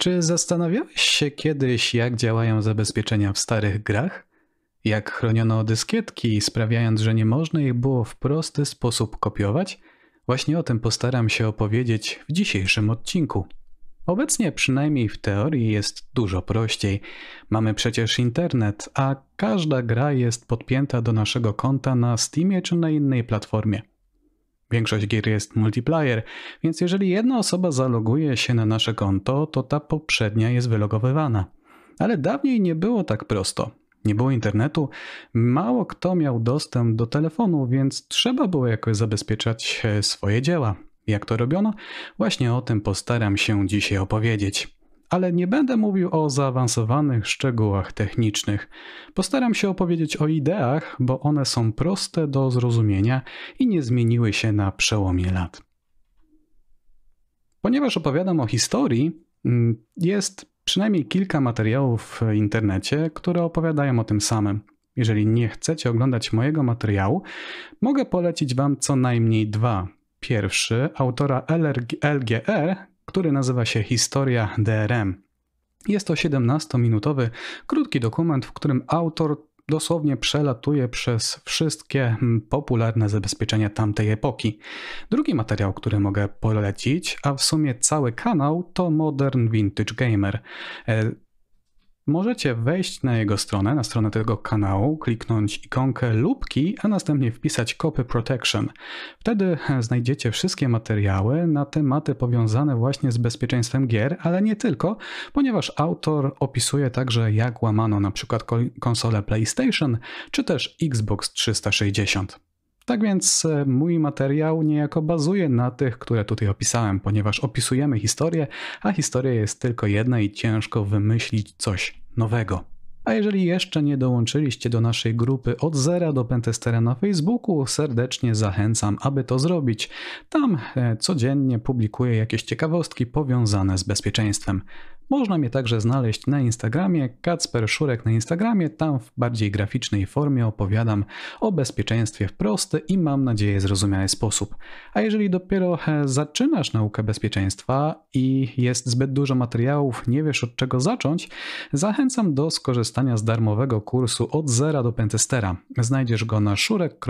Czy zastanawiałeś się kiedyś, jak działają zabezpieczenia w starych grach? Jak chroniono dyskietki, sprawiając, że nie można ich było w prosty sposób kopiować? Właśnie o tym postaram się opowiedzieć w dzisiejszym odcinku. Obecnie, przynajmniej w teorii, jest dużo prościej. Mamy przecież internet, a każda gra jest podpięta do naszego konta na Steamie czy na innej platformie. Większość gier jest multiplayer, więc jeżeli jedna osoba zaloguje się na nasze konto, to ta poprzednia jest wylogowywana. Ale dawniej nie było tak prosto. Nie było internetu, mało kto miał dostęp do telefonu, więc trzeba było jakoś zabezpieczać swoje dzieła. Jak to robiono? Właśnie o tym postaram się dzisiaj opowiedzieć. Ale nie będę mówił o zaawansowanych szczegółach technicznych. Postaram się opowiedzieć o ideach, bo one są proste do zrozumienia i nie zmieniły się na przełomie lat. Ponieważ opowiadam o historii, jest przynajmniej kilka materiałów w internecie, które opowiadają o tym samym. Jeżeli nie chcecie oglądać mojego materiału, mogę polecić Wam co najmniej dwa. Pierwszy, autora LGR, który nazywa się Historia DRM. Jest to 17-minutowy, krótki dokument, w którym autor dosłownie przelatuje przez wszystkie popularne zabezpieczenia tamtej epoki. Drugi materiał, który mogę polecić, a w sumie cały kanał, to Modern Vintage Gamer. Możecie wejść na jego stronę, na stronę tego kanału, kliknąć ikonkę lubki, a następnie wpisać Copy Protection. Wtedy znajdziecie wszystkie materiały na tematy powiązane właśnie z bezpieczeństwem gier, ale nie tylko, ponieważ autor opisuje także, jak łamano na przykład konsolę PlayStation czy też Xbox 360. Tak więc mój materiał niejako bazuje na tych, które tutaj opisałem, ponieważ opisujemy historię, a historia jest tylko jedna i ciężko wymyślić coś nowego. A jeżeli jeszcze nie dołączyliście do naszej grupy Od Zera do Pentestera na Facebooku, serdecznie zachęcam, aby to zrobić. Tam codziennie publikuję jakieś ciekawostki powiązane z bezpieczeństwem. Można mnie także znaleźć na Instagramie, Kacper Szurek na Instagramie, tam w bardziej graficznej formie opowiadam o bezpieczeństwie w prosty i mam nadzieję zrozumiały sposób. A jeżeli dopiero zaczynasz naukę bezpieczeństwa i jest zbyt dużo materiałów, nie wiesz od czego zacząć, zachęcam do skorzystania z darmowego kursu Od Zera do Pentestera. Znajdziesz go na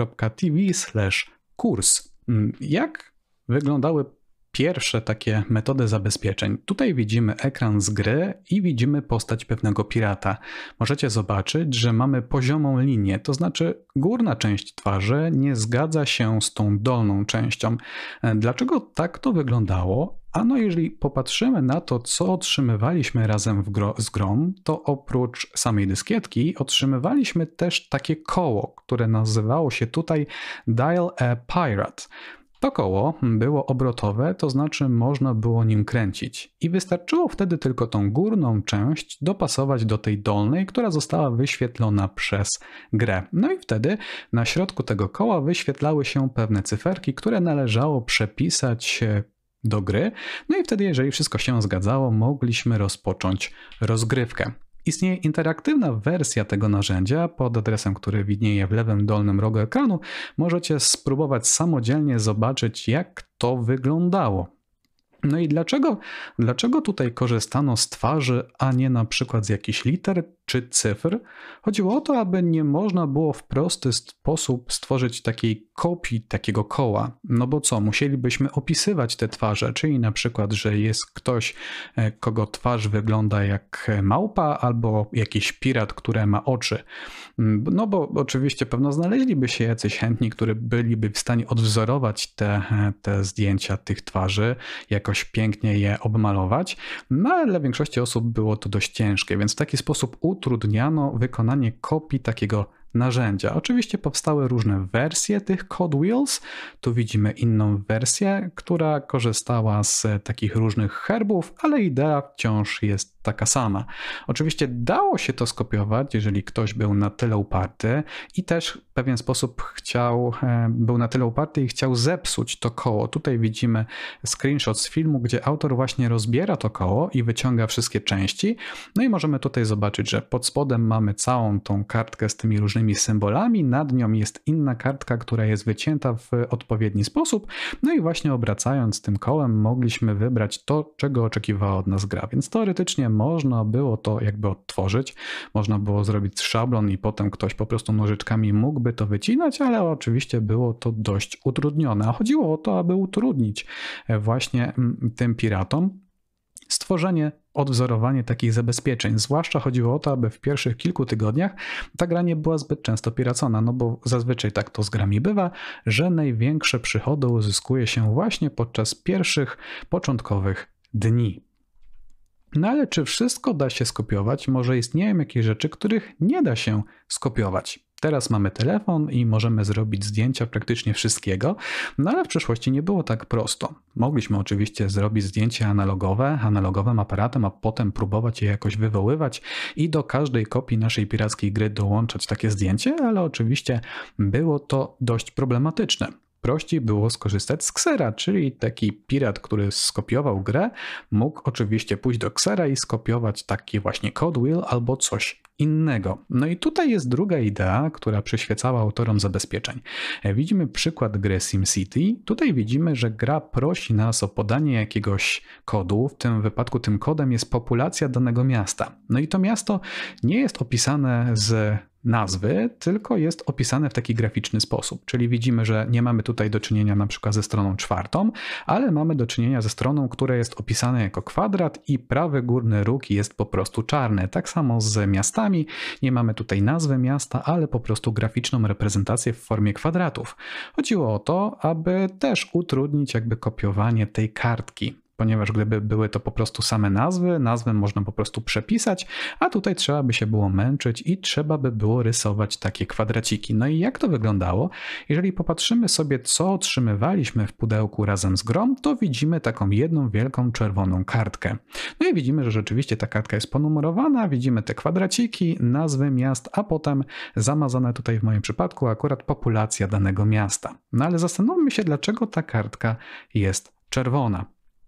szurek.tv/kurs. Jak wyglądały pierwsze takie metody zabezpieczeń? Tutaj widzimy ekran z gry i widzimy postać pewnego pirata. Możecie zobaczyć, że mamy poziomą linię, to znaczy górna część twarzy nie zgadza się z tą dolną częścią. Dlaczego tak to wyglądało? Ano jeżeli popatrzymy na to, co otrzymywaliśmy razem z grą, to oprócz samej dyskietki otrzymywaliśmy też takie koło, które nazywało się tutaj Dial a Pirate. To koło było obrotowe, to znaczy można było nim kręcić i wystarczyło wtedy tylko tą górną część dopasować do tej dolnej, która została wyświetlona przez grę. No i wtedy na środku tego koła wyświetlały się pewne cyferki, które należało przepisać do gry. No i wtedy, jeżeli wszystko się zgadzało, mogliśmy rozpocząć rozgrywkę. Istnieje interaktywna wersja tego narzędzia pod adresem, który widnieje w lewym dolnym rogu ekranu. Możecie spróbować samodzielnie zobaczyć, jak to wyglądało. No i dlaczego tutaj korzystano z twarzy, a nie na przykład z jakichś liter czy cyfr? Chodziło o to, aby nie można było w prosty sposób stworzyć takiej kopii takiego koła. No bo co, musielibyśmy opisywać te twarze, czyli na przykład, że jest ktoś, kogo twarz wygląda jak małpa, albo jakiś pirat, który ma oczy. No bo oczywiście pewno znaleźliby się jacyś chętni, którzy byliby w stanie odwzorować te zdjęcia tych twarzy, jakoś pięknie je obmalować, no ale dla większości osób było to dość ciężkie, więc w taki sposób utrudniano wykonanie kopii takiego narzędzia. Oczywiście powstały różne wersje tych Code Wheels. Tu widzimy inną wersję, która korzystała z takich różnych herbów, ale idea wciąż jest taka sama. Oczywiście dało się to skopiować, jeżeli ktoś był na tyle uparty i też w pewien sposób był na tyle uparty i chciał zepsuć to koło. Tutaj widzimy screenshot z filmu, gdzie autor właśnie rozbiera to koło i wyciąga wszystkie części. No i możemy tutaj zobaczyć, że pod spodem mamy całą tą kartkę z tymi różnymi różnymi symbolami, nad nią jest inna kartka, która jest wycięta w odpowiedni sposób, no i właśnie obracając tym kołem mogliśmy wybrać to, czego oczekiwała od nas gra, więc teoretycznie można było to jakby odtworzyć, można było zrobić szablon i potem ktoś po prostu nożyczkami mógłby to wycinać, ale oczywiście było to dość utrudnione, a chodziło o to, aby utrudnić właśnie tym piratom stworzenie, odwzorowanie takich zabezpieczeń. Zwłaszcza chodziło o to, aby w pierwszych kilku tygodniach ta gra nie była zbyt często piracona, no bo zazwyczaj tak to z grami bywa, że największe przychody uzyskuje się właśnie podczas pierwszych, początkowych dni. No ale czy wszystko da się skopiować? Może istnieją jakieś rzeczy, których nie da się skopiować? Teraz mamy telefon i możemy zrobić zdjęcia praktycznie wszystkiego, no ale w przeszłości nie było tak prosto. Mogliśmy oczywiście zrobić zdjęcie analogowym aparatem, a potem próbować je jakoś wywoływać i do każdej kopii naszej pirackiej gry dołączać takie zdjęcie, ale oczywiście było to dość problematyczne. Prościej było skorzystać z Xera, czyli taki pirat, który skopiował grę, mógł oczywiście pójść do Xera i skopiować taki właśnie code wheel albo coś innego. No i tutaj jest druga idea, która przyświecała autorom zabezpieczeń. Widzimy przykład gry SimCity. Tutaj widzimy, że gra prosi nas o podanie jakiegoś kodu. W tym wypadku tym kodem jest populacja danego miasta. No i to miasto nie jest opisane z nazwy, tylko jest opisane w taki graficzny sposób. Czyli widzimy, że nie mamy tutaj do czynienia na przykład ze stroną czwartą, ale mamy do czynienia ze stroną, która jest opisana jako kwadrat i prawy górny róg jest po prostu czarny. Tak samo z miastami. Nie mamy tutaj nazwy miasta, ale po prostu graficzną reprezentację w formie kwadratów. Chodziło o to, aby też utrudnić jakby kopiowanie tej kartki. Ponieważ gdyby były to po prostu same nazwy można po prostu przepisać, a tutaj trzeba by się było męczyć i trzeba by było rysować takie kwadraciki. No i jak to wyglądało? Jeżeli popatrzymy sobie, co otrzymywaliśmy w pudełku razem z grą, to widzimy taką jedną wielką czerwoną kartkę. No i widzimy, że rzeczywiście ta kartka jest ponumerowana, widzimy te kwadraciki, nazwy miast, a potem zamazane tutaj w moim przypadku akurat populacja danego miasta. No ale zastanówmy się, dlaczego ta kartka jest czerwona.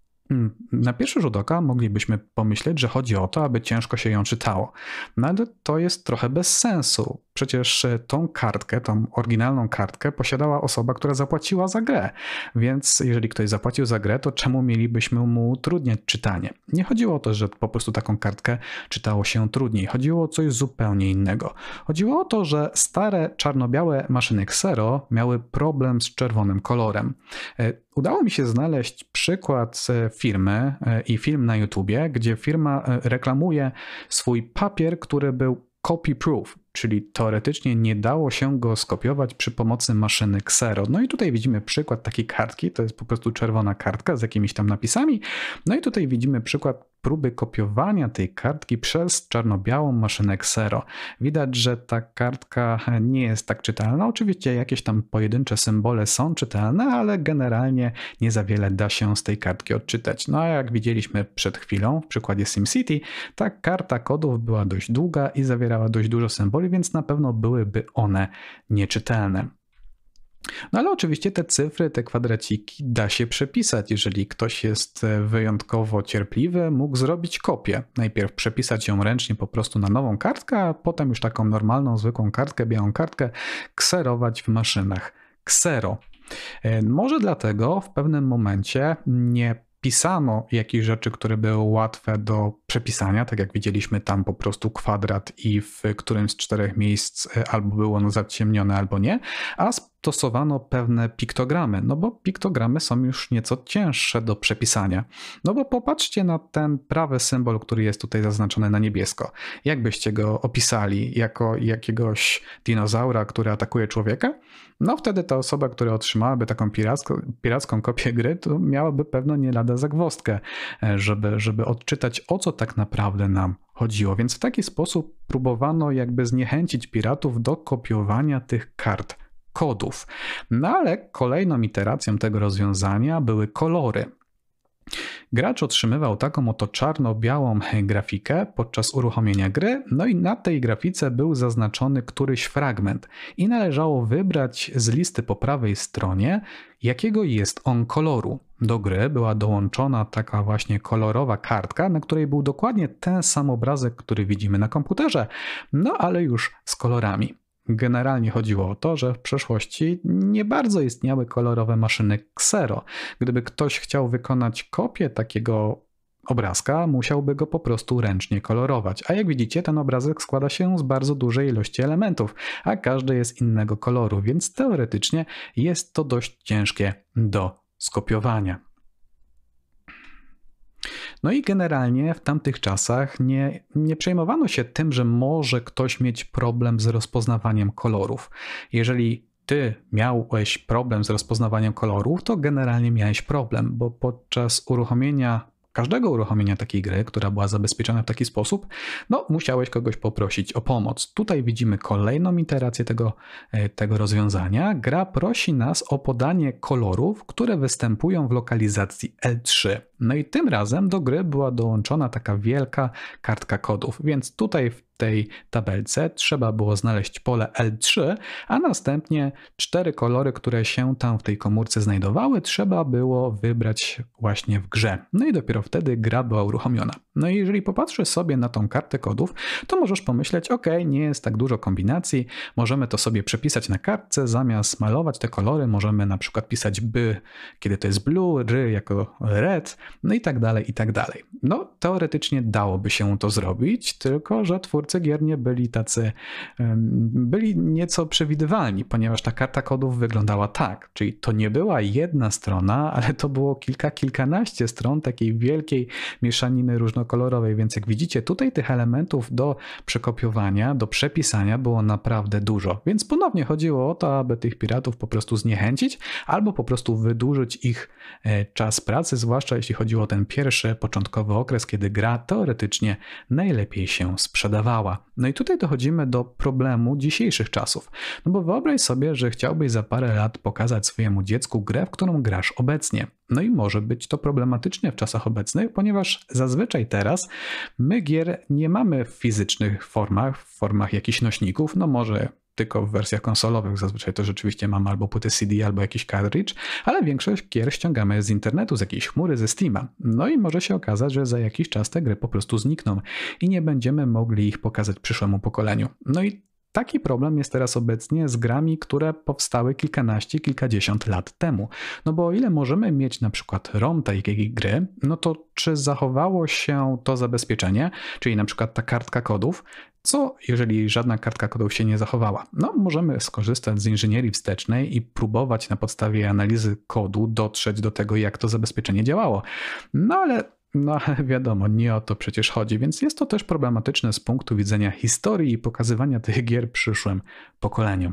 Na pierwszy rzut oka moglibyśmy pomyśleć, że chodzi o to, aby ciężko się ją czytało. No ale to jest trochę bez sensu. Przecież tą kartkę, tą oryginalną kartkę posiadała osoba, która zapłaciła za grę. Więc jeżeli ktoś zapłacił za grę, to czemu mielibyśmy mu utrudniać czytanie? Nie chodziło o to, że po prostu taką kartkę czytało się trudniej. Chodziło o coś zupełnie innego. Chodziło o to, że stare czarno-białe maszyny Xero miały problem z czerwonym kolorem. Udało mi się znaleźć przykład firmy i film na YouTubie, gdzie firma reklamuje swój papier, który był copy-proof, czyli teoretycznie nie dało się go skopiować przy pomocy maszyny Xero. No i tutaj widzimy przykład takiej kartki, to jest po prostu czerwona kartka z jakimiś tam napisami. No i tutaj widzimy przykład próby kopiowania tej kartki przez czarno-białą maszynę Xero. Widać, że ta kartka nie jest tak czytelna. Oczywiście jakieś tam pojedyncze symbole są czytelne, ale generalnie nie za wiele da się z tej kartki odczytać. No a jak widzieliśmy przed chwilą w przykładzie SimCity, ta karta kodów była dość długa i zawierała dość dużo symboli, więc na pewno byłyby one nieczytelne. No ale oczywiście te cyfry, te kwadraciki da się przepisać. Jeżeli ktoś jest wyjątkowo cierpliwy, mógł zrobić kopię. Najpierw przepisać ją ręcznie po prostu na nową kartkę, a potem już taką normalną, zwykłą kartkę, białą kartkę kserować w maszynach Xero. Może dlatego w pewnym momencie nie pisano jakichś rzeczy, które były łatwe do przepisania, tak jak widzieliśmy tam po prostu kwadrat i w którymś z 4 miejsc albo było ono zaciemnione, albo nie, a stosowano pewne piktogramy, no bo piktogramy są już nieco cięższe do przepisania. No bo popatrzcie na ten prawy symbol, który jest tutaj zaznaczony na niebiesko. Jak byście go opisali? Jako jakiegoś dinozaura, który atakuje człowieka? No wtedy ta osoba, która otrzymałaby taką piracką kopię gry, to miałaby pewno nie lada zagwozdkę, żeby odczytać, o co tak naprawdę nam chodziło. Więc w taki sposób próbowano jakby zniechęcić piratów do kopiowania tych kart kodów. No ale kolejną iteracją tego rozwiązania były kolory. Gracz otrzymywał taką oto czarno-białą grafikę podczas uruchomienia gry, no i na tej grafice był zaznaczony któryś fragment i należało wybrać z listy po prawej stronie, jakiego jest on koloru. Do gry była dołączona taka właśnie kolorowa kartka, na której był dokładnie ten sam obrazek, który widzimy na komputerze, no ale już z kolorami. Generalnie chodziło o to, że w przeszłości nie bardzo istniały kolorowe maszyny Xero. Gdyby ktoś chciał wykonać kopię takiego obrazka, musiałby go po prostu ręcznie kolorować. A jak widzicie, ten obrazek składa się z bardzo dużej ilości elementów, a każdy jest innego koloru, więc teoretycznie jest to dość ciężkie do skopiowania. No i generalnie w tamtych czasach nie przejmowano się tym, że może ktoś mieć problem z rozpoznawaniem kolorów. Jeżeli ty miałeś problem z rozpoznawaniem kolorów, to generalnie miałeś problem, bo podczas każdego uruchomienia takiej gry, która była zabezpieczona w taki sposób, no musiałeś kogoś poprosić o pomoc. Tutaj widzimy kolejną iterację tego rozwiązania. Gra prosi nas o podanie kolorów, które występują w lokalizacji L3. No i tym razem do gry była dołączona taka wielka kartka kodów, więc tutaj w tej tabelce trzeba było znaleźć pole L3, a następnie 4 kolory, które się tam w tej komórce znajdowały, trzeba było wybrać właśnie w grze. No i dopiero wtedy gra była uruchomiona. No i jeżeli popatrzysz sobie na tą kartę kodów, to możesz pomyśleć, ok, nie jest tak dużo kombinacji, możemy to sobie przepisać na kartce, zamiast malować te kolory, możemy na przykład pisać by, kiedy to jest blue, ry jako red, no i tak dalej, i tak dalej. No, teoretycznie dałoby się to zrobić, tylko że twórcy gier nie byli nieco przewidywalni, ponieważ ta karta kodów wyglądała tak, czyli to nie była jedna strona, ale to było kilkanaście stron takiej wielkiej mieszaniny różnokolorowej, więc jak widzicie, tutaj tych elementów do przekopiowania, do przepisania było naprawdę dużo, więc ponownie chodziło o to, aby tych piratów po prostu zniechęcić, albo po prostu wydłużyć ich czas pracy, zwłaszcza jeśli chodziło o ten pierwszy, początkowy okres, kiedy gra teoretycznie najlepiej się sprzedawała. No i tutaj dochodzimy do problemu dzisiejszych czasów. No bo wyobraź sobie, że chciałbyś za parę lat pokazać swojemu dziecku grę, w którą grasz obecnie. No i może być to problematyczne w czasach obecnych, ponieważ zazwyczaj teraz my gier nie mamy w fizycznych formach, w formach jakichś nośników, no może tylko w wersjach konsolowych, zazwyczaj to rzeczywiście mamy albo płytę CD, albo jakiś cartridge, ale większość gier ściągamy z internetu, z jakiejś chmury, ze Steama. No i może się okazać, że za jakiś czas te gry po prostu znikną i nie będziemy mogli ich pokazać przyszłemu pokoleniu. No i taki problem jest teraz obecnie z grami, które powstały kilkanaście, kilkadziesiąt lat temu. No bo o ile możemy mieć na przykład ROM takiej gry, no to czy zachowało się to zabezpieczenie, czyli na przykład ta kartka kodów, co jeżeli żadna kartka kodów się nie zachowała? No możemy skorzystać z inżynierii wstecznej i próbować na podstawie analizy kodu dotrzeć do tego, jak to zabezpieczenie działało. No ale wiadomo, nie o to przecież chodzi, więc jest to też problematyczne z punktu widzenia historii i pokazywania tych gier przyszłym pokoleniom.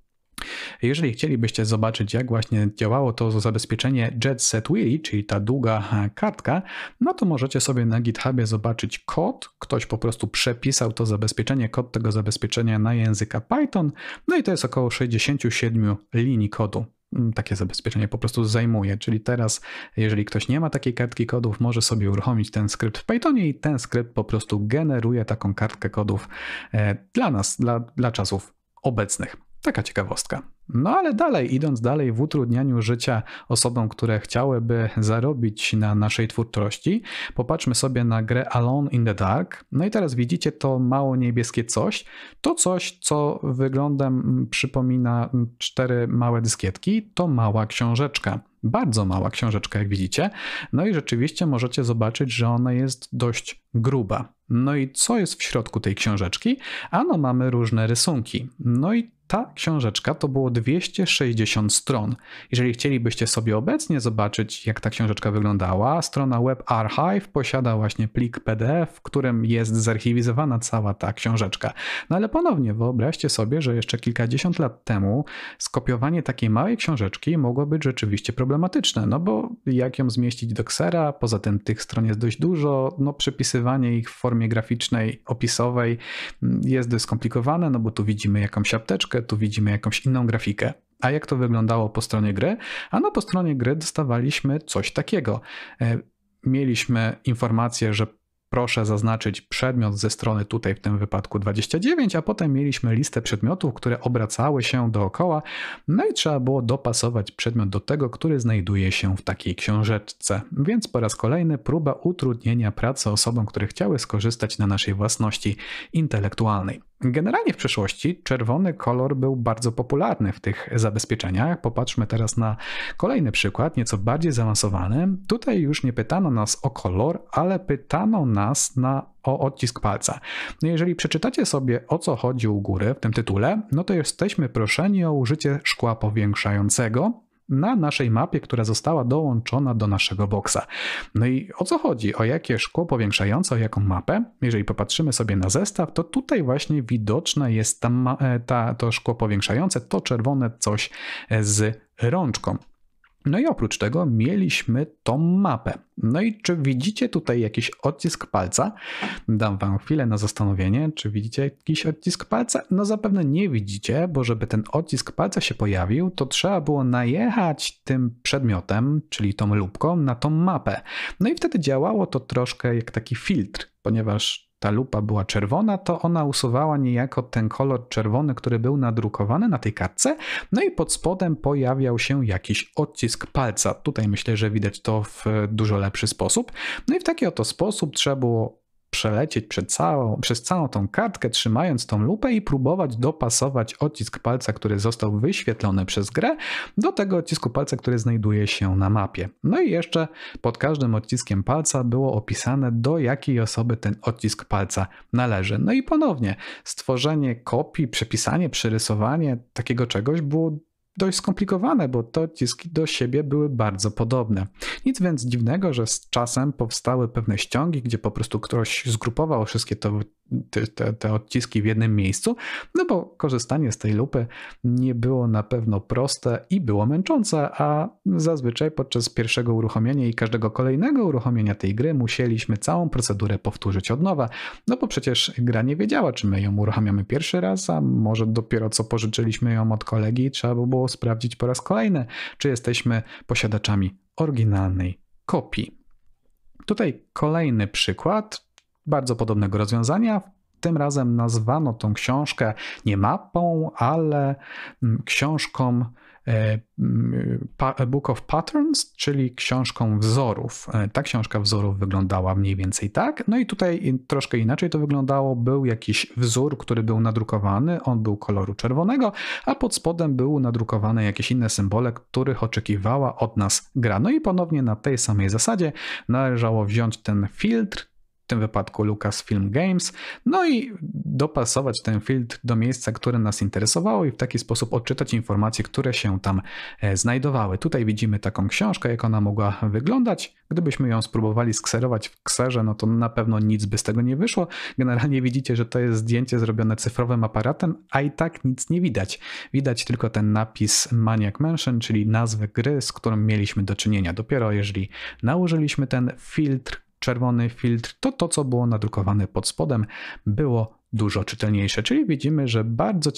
Jeżeli chcielibyście zobaczyć, jak właśnie działało to zabezpieczenie Jet Set Willy, czyli ta długa kartka, no to możecie sobie na GitHubie zobaczyć kod. Ktoś po prostu przepisał to zabezpieczenie, kod tego zabezpieczenia na języka Python, no i to jest około 67 linii kodu. Takie zabezpieczenie po prostu zajmuje, czyli teraz jeżeli ktoś nie ma takiej kartki kodów, może sobie uruchomić ten skrypt w Pythonie i ten skrypt po prostu generuje taką kartkę kodów dla nas, dla czasów obecnych. Taka ciekawostka. No ale idąc dalej w utrudnianiu życia osobom, które chciałyby zarobić na naszej twórczości, popatrzmy sobie na grę Alone in the Dark. No i teraz widzicie to mało niebieskie coś. To coś, co wyglądem przypomina 4 małe dyskietki, to mała książeczka. Bardzo mała książeczka, jak widzicie. No i rzeczywiście możecie zobaczyć, że ona jest dość gruba. No i co jest w środku tej książeczki? Ano mamy różne rysunki. No i ta książeczka to było 260 stron. Jeżeli chcielibyście sobie obecnie zobaczyć, jak ta książeczka wyglądała, strona Web Archive posiada właśnie plik PDF, w którym jest zarchiwizowana cała ta książeczka. No ale ponownie wyobraźcie sobie, że jeszcze kilkadziesiąt lat temu skopiowanie takiej małej książeczki mogło być rzeczywiście problematyczne, no bo jak ją zmieścić do ksera, poza tym tych stron jest dość dużo, no przepisywanie ich w formie graficznej, opisowej jest dość skomplikowane, no bo tu widzimy jakąś apteczkę, tu widzimy jakąś inną grafikę. A jak to wyglądało po stronie gry? No po stronie gry dostawaliśmy coś takiego. Mieliśmy informację, że proszę zaznaczyć przedmiot ze strony tutaj w tym wypadku 29, a potem mieliśmy listę przedmiotów, które obracały się dookoła, no i trzeba było dopasować przedmiot do tego, który znajduje się w takiej książeczce. Więc po raz kolejny próba utrudnienia pracy osobom, które chciały skorzystać na naszej własności intelektualnej. Generalnie w przeszłości czerwony kolor był bardzo popularny w tych zabezpieczeniach. Popatrzmy teraz na kolejny przykład, nieco bardziej zaawansowany. Tutaj już nie pytano nas o kolor, ale pytano nas o odcisk palca. No jeżeli przeczytacie sobie, o co chodzi u góry w tym tytule, no to jesteśmy proszeni o użycie szkła powiększającego na naszej mapie, która została dołączona do naszego boksa. No i o co chodzi? O jakie szkło powiększające, o jaką mapę? Jeżeli popatrzymy sobie na zestaw, to tutaj właśnie widoczne jest to szkło powiększające, to czerwone coś z rączką. No i oprócz tego mieliśmy tą mapę. No i czy widzicie tutaj jakiś odcisk palca? Dam wam chwilę na zastanowienie, czy widzicie jakiś odcisk palca? No zapewne nie widzicie, bo żeby ten odcisk palca się pojawił, to trzeba było najechać tym przedmiotem, czyli tą lupką, na tą mapę. No i wtedy działało to troszkę jak taki filtr, ponieważ ta lupa była czerwona, to ona usuwała niejako ten kolor czerwony, który był nadrukowany na tej kartce, no i pod spodem pojawiał się jakiś odcisk palca. Tutaj myślę, że widać to w dużo lepszy sposób. No i w taki oto sposób trzeba było przelecieć przez całą tą kartkę, trzymając tą lupę i próbować dopasować odcisk palca, który został wyświetlony przez grę, do tego odcisku palca, który znajduje się na mapie. No i jeszcze pod każdym odciskiem palca było opisane, do jakiej osoby ten odcisk palca należy. No i ponownie stworzenie kopii, przepisanie, przerysowanie takiego czegoś było dość skomplikowane, bo te odciski do siebie były bardzo podobne. Nic więc dziwnego, że z czasem powstały pewne ściągi, gdzie po prostu ktoś zgrupował wszystkie te odciski w jednym miejscu, no bo korzystanie z tej lupy nie było na pewno proste i było męczące, a zazwyczaj podczas pierwszego uruchomienia i każdego kolejnego uruchomienia tej gry musieliśmy całą procedurę powtórzyć od nowa, no bo przecież gra nie wiedziała, czy my ją uruchamiamy pierwszy raz, a może dopiero co pożyczyliśmy ją od kolegi i trzeba by było sprawdzić po raz kolejny, czy jesteśmy posiadaczami oryginalnej kopii. Tutaj kolejny przykład bardzo podobnego rozwiązania. Tym razem nazwano tą książkę nie mapą, ale książką Book of Patterns, czyli książką wzorów. Ta książka wzorów wyglądała mniej więcej tak. No i tutaj troszkę inaczej to wyglądało. Był jakiś wzór, który był nadrukowany. On był koloru czerwonego, a pod spodem były nadrukowane jakieś inne symbole, których oczekiwała od nas gra. No i ponownie na tej samej zasadzie należało wziąć ten filtr, w tym wypadku Lucasfilm Games, no i dopasować ten filtr do miejsca, które nas interesowało i w taki sposób odczytać informacje, które się tam znajdowały. Tutaj widzimy taką książkę, jak ona mogła wyglądać. Gdybyśmy ją spróbowali skserować w kserze, no to na pewno nic by z tego nie wyszło. Generalnie widzicie, że to jest zdjęcie zrobione cyfrowym aparatem, a i tak nic nie widać. Widać tylko ten napis Maniac Mansion, czyli nazwę gry, z którą mieliśmy do czynienia. Dopiero jeżeli nałożyliśmy ten filtr, czerwony filtr, to co było nadrukowane pod spodem było dużo czytelniejsze, czyli widzimy, że bardzo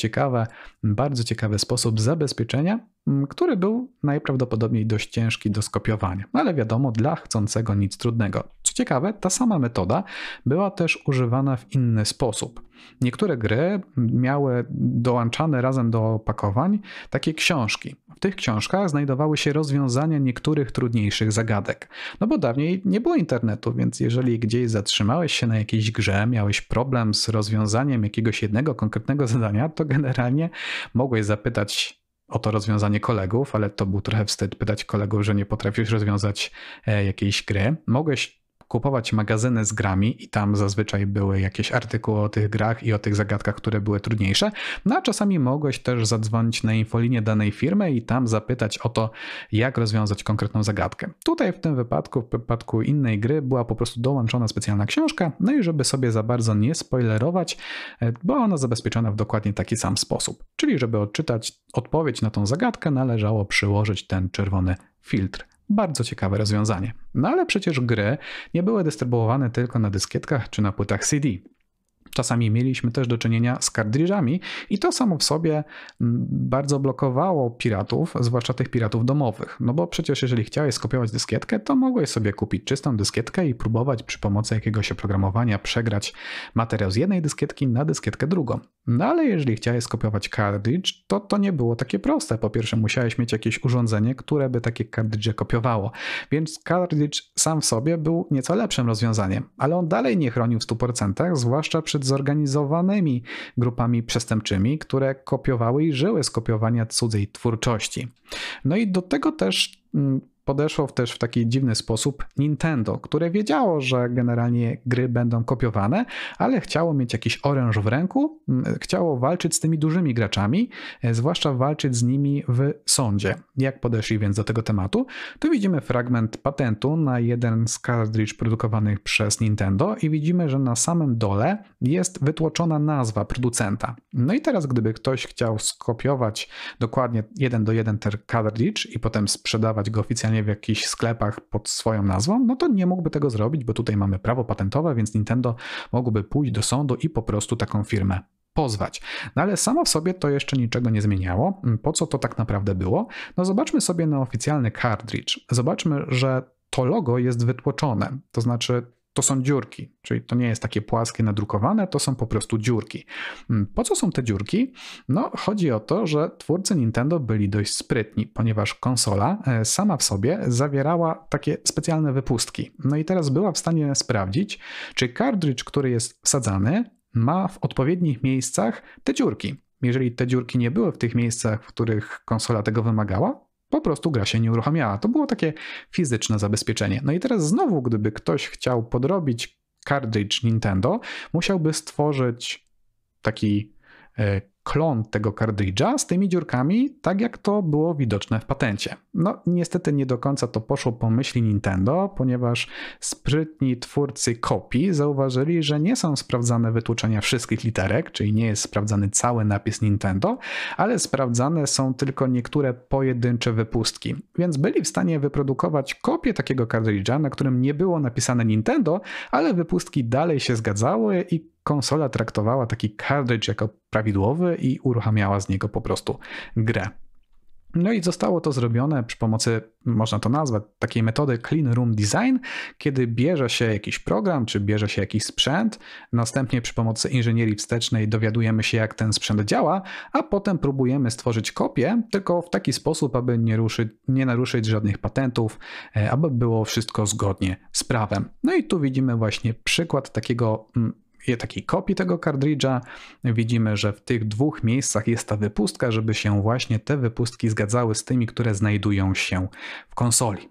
ciekawy sposób zabezpieczenia, który był najprawdopodobniej dość ciężki do skopiowania, ale wiadomo, dla chcącego nic trudnego. Co ciekawe, ta sama metoda była też używana w inny sposób. Niektóre gry miały dołączane razem do opakowań takie książki. W tych książkach znajdowały się rozwiązania niektórych trudniejszych zagadek. No bo dawniej nie było internetu, więc jeżeli gdzieś zatrzymałeś się na jakiejś grze, miałeś problem z rozwiązaniem jakiegoś jednego konkretnego zadania, to generalnie mogłeś zapytać o to rozwiązanie kolegów, ale to był trochę wstyd pytać kolegów, że nie potrafisz rozwiązać jakiejś gry. Mogłeś kupować magazyny z grami i tam zazwyczaj były jakieś artykuły o tych grach i o tych zagadkach, które były trudniejsze, no a czasami mogłeś też zadzwonić na infolinię danej firmy i tam zapytać o to, jak rozwiązać konkretną zagadkę. Tutaj w tym wypadku, w przypadku innej gry była po prostu dołączona specjalna książka, no i żeby sobie za bardzo nie spoilerować, była ona zabezpieczona w dokładnie taki sam sposób. Czyli żeby odczytać odpowiedź na tą zagadkę, należało przyłożyć ten czerwony filtr. Bardzo ciekawe rozwiązanie. No ale przecież gry nie były dystrybuowane tylko na dyskietkach czy na płytach CD. Czasami mieliśmy też do czynienia z kartridżami i to samo w sobie bardzo blokowało piratów, zwłaszcza tych piratów domowych. No bo przecież jeżeli chciałeś skopiować dyskietkę, to mogłeś sobie kupić czystą dyskietkę i próbować przy pomocy jakiegoś oprogramowania przegrać materiał z jednej dyskietki na dyskietkę drugą. No ale jeżeli chciałeś skopiować kartridż, to nie było takie proste. Po pierwsze musiałeś mieć jakieś urządzenie, które by takie kartridże kopiowało. Więc kartridż sam w sobie był nieco lepszym rozwiązaniem, ale on dalej nie chronił w 100%, zwłaszcza przy przed zorganizowanymi grupami przestępczymi, które kopiowały i żyły z kopiowania cudzej twórczości. No i do tego też podeszło też w taki dziwny sposób Nintendo, które wiedziało, że generalnie gry będą kopiowane, ale chciało mieć jakiś oręż w ręku, chciało walczyć z tymi dużymi graczami, zwłaszcza walczyć z nimi w sądzie. Jak podeszli więc do tego tematu? Tu widzimy fragment patentu na jeden z cartridge produkowanych przez Nintendo i widzimy, że na samym dole jest wytłoczona nazwa producenta. No i teraz gdyby ktoś chciał skopiować dokładnie 1:1 ten cartridge i potem sprzedawać go oficjalnie w jakichś sklepach pod swoją nazwą, no to nie mógłby tego zrobić, bo tutaj mamy prawo patentowe, więc Nintendo mogłoby pójść do sądu i po prostu taką firmę pozwać. No ale samo w sobie to jeszcze niczego nie zmieniało. Po co to tak naprawdę było? No zobaczmy sobie na oficjalny cartridge. Zobaczmy, że to logo jest wytłoczone, to znaczy to są dziurki, czyli to nie jest takie płaskie, nadrukowane, to są po prostu dziurki. Po co są te dziurki? No chodzi o to, że twórcy Nintendo byli dość sprytni, ponieważ konsola sama w sobie zawierała takie specjalne wypustki. No i teraz była w stanie sprawdzić, czy cartridge, który jest wsadzany, ma w odpowiednich miejscach te dziurki. Jeżeli te dziurki nie były w tych miejscach, w których konsola tego wymagała, po prostu gra się nie uruchamiała. To było takie fizyczne zabezpieczenie. No i teraz znowu, gdyby ktoś chciał podrobić cartridge Nintendo, musiałby stworzyć taki klon tego cartridge'a z tymi dziurkami, tak jak to było widoczne w patencie. No niestety nie do końca to poszło po myśli Nintendo, ponieważ sprytni twórcy kopii zauważyli, że nie są sprawdzane wytłuczenia wszystkich literek, czyli nie jest sprawdzany cały napis Nintendo, ale sprawdzane są tylko niektóre pojedyncze wypustki. Więc byli w stanie wyprodukować kopię takiego cartridge'a, na którym nie było napisane Nintendo, ale wypustki dalej się zgadzały i konsola traktowała taki cartridge jako prawidłowy i uruchamiała z niego po prostu grę. No i zostało to zrobione przy pomocy, można to nazwać, takiej metody Clean Room Design, kiedy bierze się jakiś program, czy bierze się jakiś sprzęt, następnie przy pomocy inżynierii wstecznej dowiadujemy się, jak ten sprzęt działa, a potem próbujemy stworzyć kopię, tylko w taki sposób, aby nie naruszyć żadnych patentów, aby było wszystko zgodnie z prawem. No i tu widzimy właśnie przykład takiej kopii tego cartridge'a. Widzimy, że w tych dwóch miejscach jest ta wypustka, żeby się właśnie te wypustki zgadzały z tymi, które znajdują się w konsoli.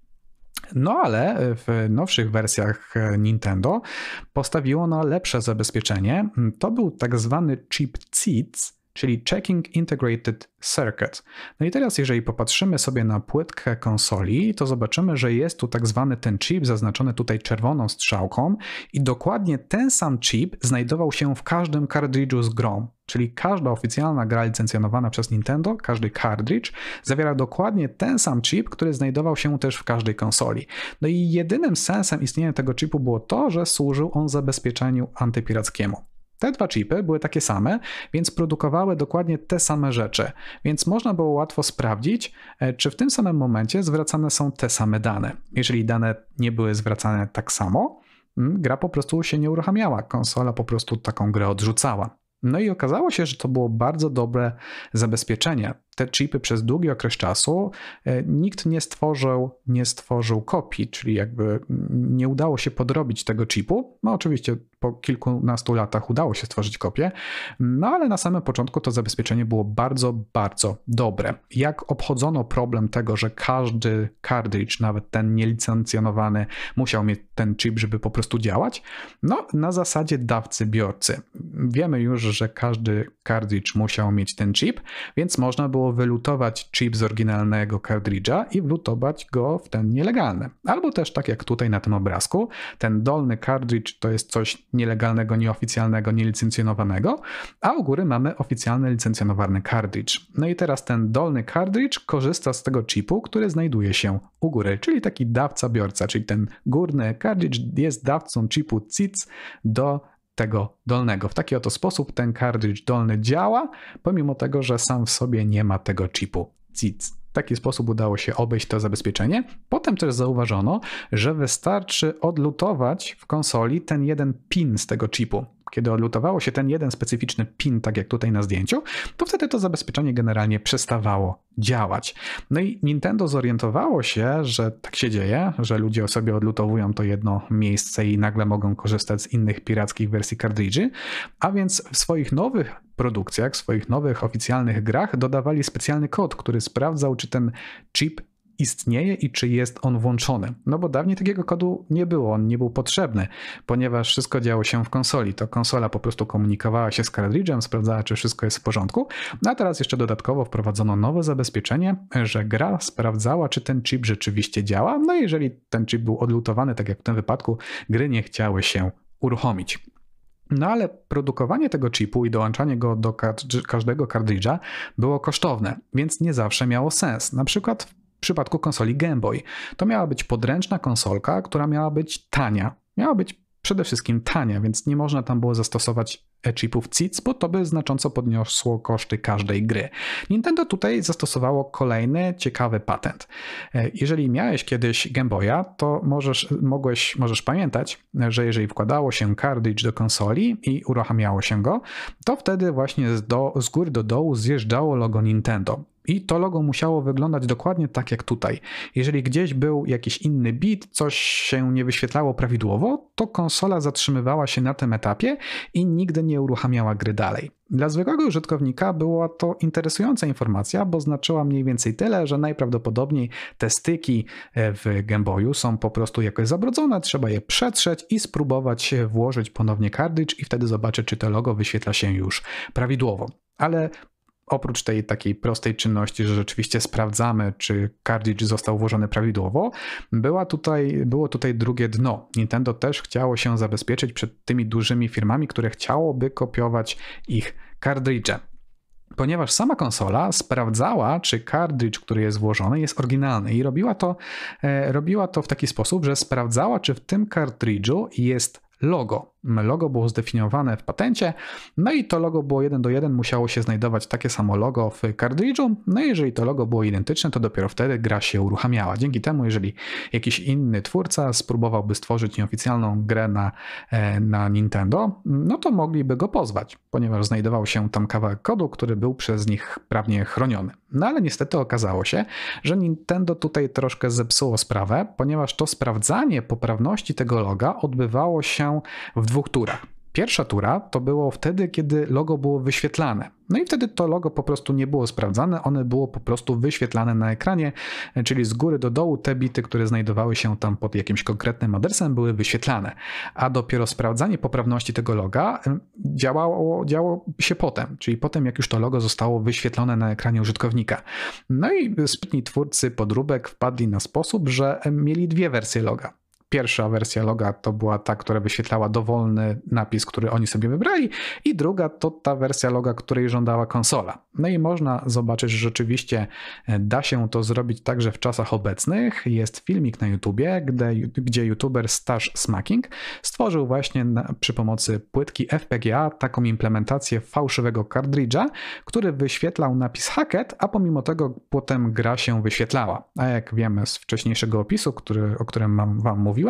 No ale w nowszych wersjach Nintendo postawiło na lepsze zabezpieczenie. To był tak zwany chip CITS, czyli Checking Integrated Circuit. No i teraz jeżeli popatrzymy sobie na płytkę konsoli, to zobaczymy, że jest tu tak zwany ten chip zaznaczony tutaj czerwoną strzałką i dokładnie ten sam chip znajdował się w każdym cartridge'u z grą. Czyli każda oficjalna gra licencjonowana przez Nintendo, każdy cartridge zawiera dokładnie ten sam chip, który znajdował się też w każdej konsoli. No i jedynym sensem istnienia tego chipu było to, że służył on zabezpieczeniu antypirackiemu. Te dwa chipy były takie same, więc produkowały dokładnie te same rzeczy, więc można było łatwo sprawdzić, czy w tym samym momencie zwracane są te same dane. Jeżeli dane nie były zwracane tak samo, gra po prostu się nie uruchamiała, konsola po prostu taką grę odrzucała. No i okazało się, że to było bardzo dobre zabezpieczenie. Te chipy przez długi okres czasu nikt nie stworzył kopii, czyli jakby nie udało się podrobić tego chipu. No oczywiście po kilkunastu latach udało się stworzyć kopię, no ale na samym początku to zabezpieczenie było bardzo, bardzo dobre. Jak obchodzono problem tego, że każdy cartridge, nawet ten nielicencjonowany, musiał mieć ten chip, żeby po prostu działać? No na zasadzie dawcy-biorcy. Wiemy już, że każdy cartridge musiał mieć ten chip, więc można było wylutować chip z oryginalnego cartridge'a i wlutować go w ten nielegalny. Albo też tak jak tutaj na tym obrazku, ten dolny cartridge to jest coś nielegalnego, nieoficjalnego, nielicencjonowanego, a u góry mamy oficjalny licencjonowany cartridge. No i teraz ten dolny cartridge korzysta z tego chipu, który znajduje się u góry, czyli taki dawca-biorca, czyli ten górny cartridge jest dawcą chipu CITS do tego dolnego. W taki oto sposób ten cartridge dolny działa, pomimo tego, że sam w sobie nie ma tego chipu CITS. W taki sposób udało się obejść to zabezpieczenie. Potem też zauważono, że wystarczy odlutować w konsoli ten jeden pin z tego chipu. Kiedy odlutowało się ten jeden specyficzny pin, tak jak tutaj na zdjęciu, to wtedy to zabezpieczenie generalnie przestawało działać. No i Nintendo zorientowało się, że tak się dzieje, że ludzie sobie odlutowują to jedno miejsce i nagle mogą korzystać z innych pirackich wersji kartridży, a więc w swoich nowych produkcjach, w swoich nowych oficjalnych grach dodawali specjalny kod, który sprawdzał, czy ten chip istnieje i czy jest on włączony. No bo dawniej takiego kodu nie było, on nie był potrzebny, ponieważ wszystko działo się w konsoli. To konsola po prostu komunikowała się z kartridżem, sprawdzała, czy wszystko jest w porządku. No a teraz jeszcze dodatkowo wprowadzono nowe zabezpieczenie, że gra sprawdzała, czy ten chip rzeczywiście działa. No i jeżeli ten chip był odlutowany, tak jak w tym wypadku, gry nie chciały się uruchomić. No ale produkowanie tego chipu i dołączanie go do każdego kartridża było kosztowne, więc nie zawsze miało sens. Na przykład w przypadku konsoli Game Boy to miała być podręczna konsolka, która miała być tania. Miała być przede wszystkim tania, więc nie można tam było zastosować chipów CITS, bo to by znacząco podniosło koszty każdej gry. Nintendo tutaj zastosowało kolejny ciekawy patent. Jeżeli miałeś kiedyś Game Boya, to możesz pamiętać, że jeżeli wkładało się kartridż do konsoli i uruchamiało się go, to wtedy właśnie z góry do dołu zjeżdżało logo Nintendo. I to logo musiało wyglądać dokładnie tak jak tutaj. Jeżeli gdzieś był jakiś inny bit, coś się nie wyświetlało prawidłowo, to konsola zatrzymywała się na tym etapie i nigdy nie uruchamiała gry dalej. Dla zwykłego użytkownika była to interesująca informacja, bo znaczyła mniej więcej tyle, że najprawdopodobniej te styki w Game Boyu są po prostu jakoś zabrudzone, trzeba je przetrzeć i spróbować włożyć ponownie kartridż i wtedy zobaczyć, czy to logo wyświetla się już prawidłowo. Ale oprócz tej takiej prostej czynności, że rzeczywiście sprawdzamy, czy kartridż został włożony prawidłowo, było tutaj drugie dno. Nintendo też chciało się zabezpieczyć przed tymi dużymi firmami, które chciałoby kopiować ich kartridże. Ponieważ sama konsola sprawdzała, czy kartridż, który jest włożony, jest oryginalny i robiła to w taki sposób, że sprawdzała, czy w tym kartridżu jest logo. Logo było zdefiniowane w patencie, no i to logo było 1:1, musiało się znajdować takie samo logo w kartridżu, no i jeżeli to logo było identyczne, to dopiero wtedy gra się uruchamiała. Dzięki temu, jeżeli jakiś inny twórca spróbowałby stworzyć nieoficjalną grę na Nintendo, no to mogliby go pozwać, ponieważ znajdował się tam kawałek kodu, który był przez nich prawnie chroniony. No ale niestety okazało się, że Nintendo tutaj troszkę zepsuło sprawę, ponieważ to sprawdzanie poprawności tego loga odbywało się w dwóch turach. Pierwsza tura to było wtedy, kiedy logo było wyświetlane. No i wtedy to logo po prostu nie było sprawdzane, one było po prostu wyświetlane na ekranie, czyli z góry do dołu te bity, które znajdowały się tam pod jakimś konkretnym adresem, były wyświetlane. A dopiero sprawdzanie poprawności tego loga działo się potem, czyli potem jak już to logo zostało wyświetlone na ekranie użytkownika. No i sprytni twórcy podróbek wpadli na sposób, że mieli dwie wersje loga. Pierwsza wersja loga to była ta, która wyświetlała dowolny napis, który oni sobie wybrali, i druga to ta wersja loga, której żądała konsola. No i można zobaczyć, że rzeczywiście da się to zrobić także w czasach obecnych. Jest filmik na YouTubie, gdzie youtuber Stash Smacking stworzył właśnie przy pomocy płytki FPGA taką implementację fałszywego kartridża, który wyświetlał napis Hackett, a pomimo tego potem gra się wyświetlała. A jak wiemy z wcześniejszego opisu, o którym wam mówiłem,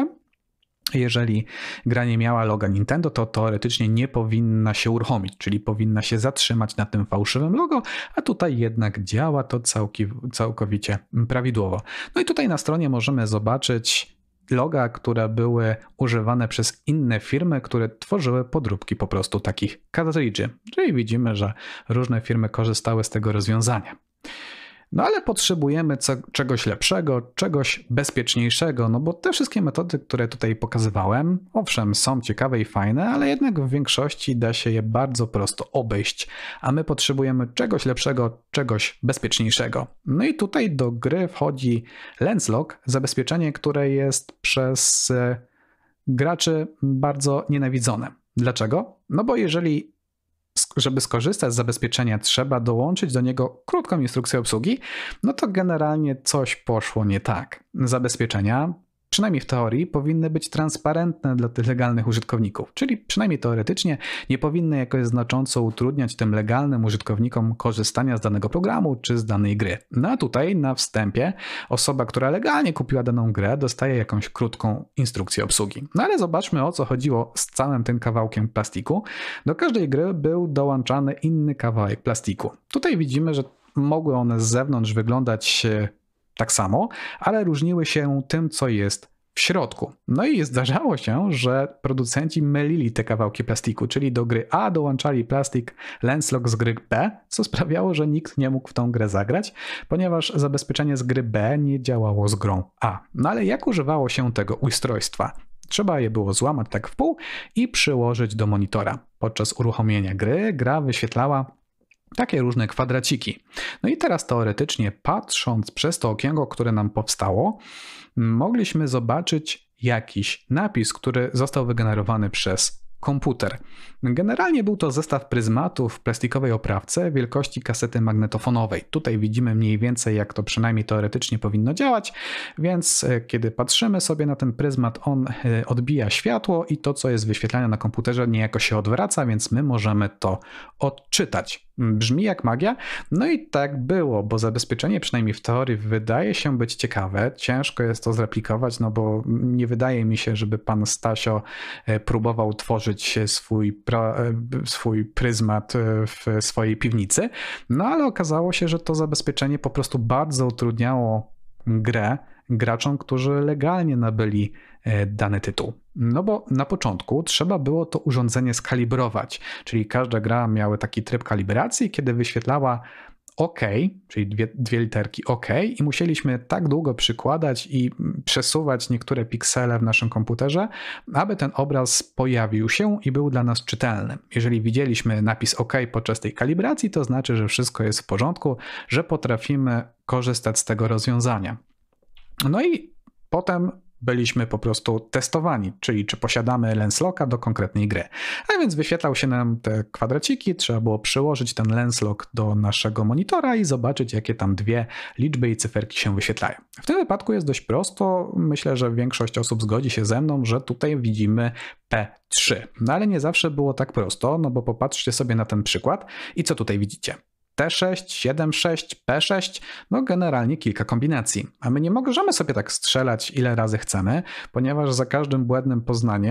jeżeli gra nie miała loga Nintendo, to teoretycznie nie powinna się uruchomić, czyli powinna się zatrzymać na tym fałszywym logo, a tutaj jednak działa to całkowicie prawidłowo. No i tutaj na stronie możemy zobaczyć loga, które były używane przez inne firmy, które tworzyły podróbki po prostu takich kartridży. Czyli widzimy, że różne firmy korzystały z tego rozwiązania. No ale potrzebujemy czegoś lepszego, czegoś bezpieczniejszego, no bo te wszystkie metody, które tutaj pokazywałem, owszem, są ciekawe i fajne, ale jednak w większości da się je bardzo prosto obejść, a my potrzebujemy czegoś lepszego, czegoś bezpieczniejszego. No i tutaj do gry wchodzi LensLock, zabezpieczenie, które jest przez graczy bardzo nienawidzone. Dlaczego? No bo żeby skorzystać z zabezpieczenia, trzeba dołączyć do niego krótką instrukcję obsługi, no to generalnie coś poszło nie tak. Zabezpieczenia przynajmniej w teorii, powinny być transparentne dla tych legalnych użytkowników, czyli przynajmniej teoretycznie nie powinny jakoś znacząco utrudniać tym legalnym użytkownikom korzystania z danego programu czy z danej gry. No a tutaj na wstępie osoba, która legalnie kupiła daną grę, dostaje jakąś krótką instrukcję obsługi. No ale zobaczmy, o co chodziło z całym tym kawałkiem plastiku. Do każdej gry był dołączany inny kawałek plastiku. Tutaj widzimy, że mogły one z zewnątrz wyglądać tak samo, ale różniły się tym, co jest w środku. No i zdarzało się, że producenci mylili te kawałki plastiku, czyli do gry A dołączali plastik Lenslok z gry B, co sprawiało, że nikt nie mógł w tą grę zagrać, ponieważ zabezpieczenie z gry B nie działało z grą A. No ale jak używało się tego ustrojstwa? Trzeba je było złamać tak w pół i przyłożyć do monitora. Podczas uruchomienia gry gra wyświetlała takie różne kwadraciki. No i teraz teoretycznie, patrząc przez to okienko, które nam powstało, mogliśmy zobaczyć jakiś napis, który został wygenerowany przez komputer. Generalnie był to zestaw pryzmatów w plastikowej oprawce wielkości kasety magnetofonowej. Tutaj widzimy mniej więcej, jak to przynajmniej teoretycznie powinno działać, więc kiedy patrzymy sobie na ten pryzmat, on odbija światło i to, co jest wyświetlane na komputerze, niejako się odwraca, więc my możemy to odczytać. Brzmi jak magia? No i tak było, bo zabezpieczenie, przynajmniej w teorii, wydaje się być ciekawe. Ciężko jest to zreplikować, no bo nie wydaje mi się, żeby pan Stasio próbował tworzyć swój pryzmat w swojej piwnicy. No ale okazało się, że to zabezpieczenie po prostu bardzo utrudniało grę graczom, którzy legalnie nabyli dany tytuł. No bo na początku trzeba było to urządzenie skalibrować, czyli każda gra miała taki tryb kalibracji, kiedy wyświetlała OK, czyli dwie literki OK i musieliśmy tak długo przykładać i przesuwać niektóre piksele w naszym komputerze, aby ten obraz pojawił się i był dla nas czytelny. Jeżeli widzieliśmy napis OK podczas tej kalibracji, to znaczy, że wszystko jest w porządku, że potrafimy korzystać z tego rozwiązania. No i potem byliśmy po prostu testowani, czyli czy posiadamy Lenslocka do konkretnej gry. A więc wyświetlał się nam te kwadraciki, trzeba było przyłożyć ten Lenslok do naszego monitora i zobaczyć, jakie tam dwie liczby i cyferki się wyświetlają. W tym wypadku jest dość prosto, myślę, że większość osób zgodzi się ze mną, że tutaj widzimy P3. No ale nie zawsze było tak prosto, no bo popatrzcie sobie na ten przykład i co tutaj widzicie? T6, 7,6, P6, no generalnie kilka kombinacji. A my nie możemy sobie tak strzelać ile razy chcemy, ponieważ za każdym błędnym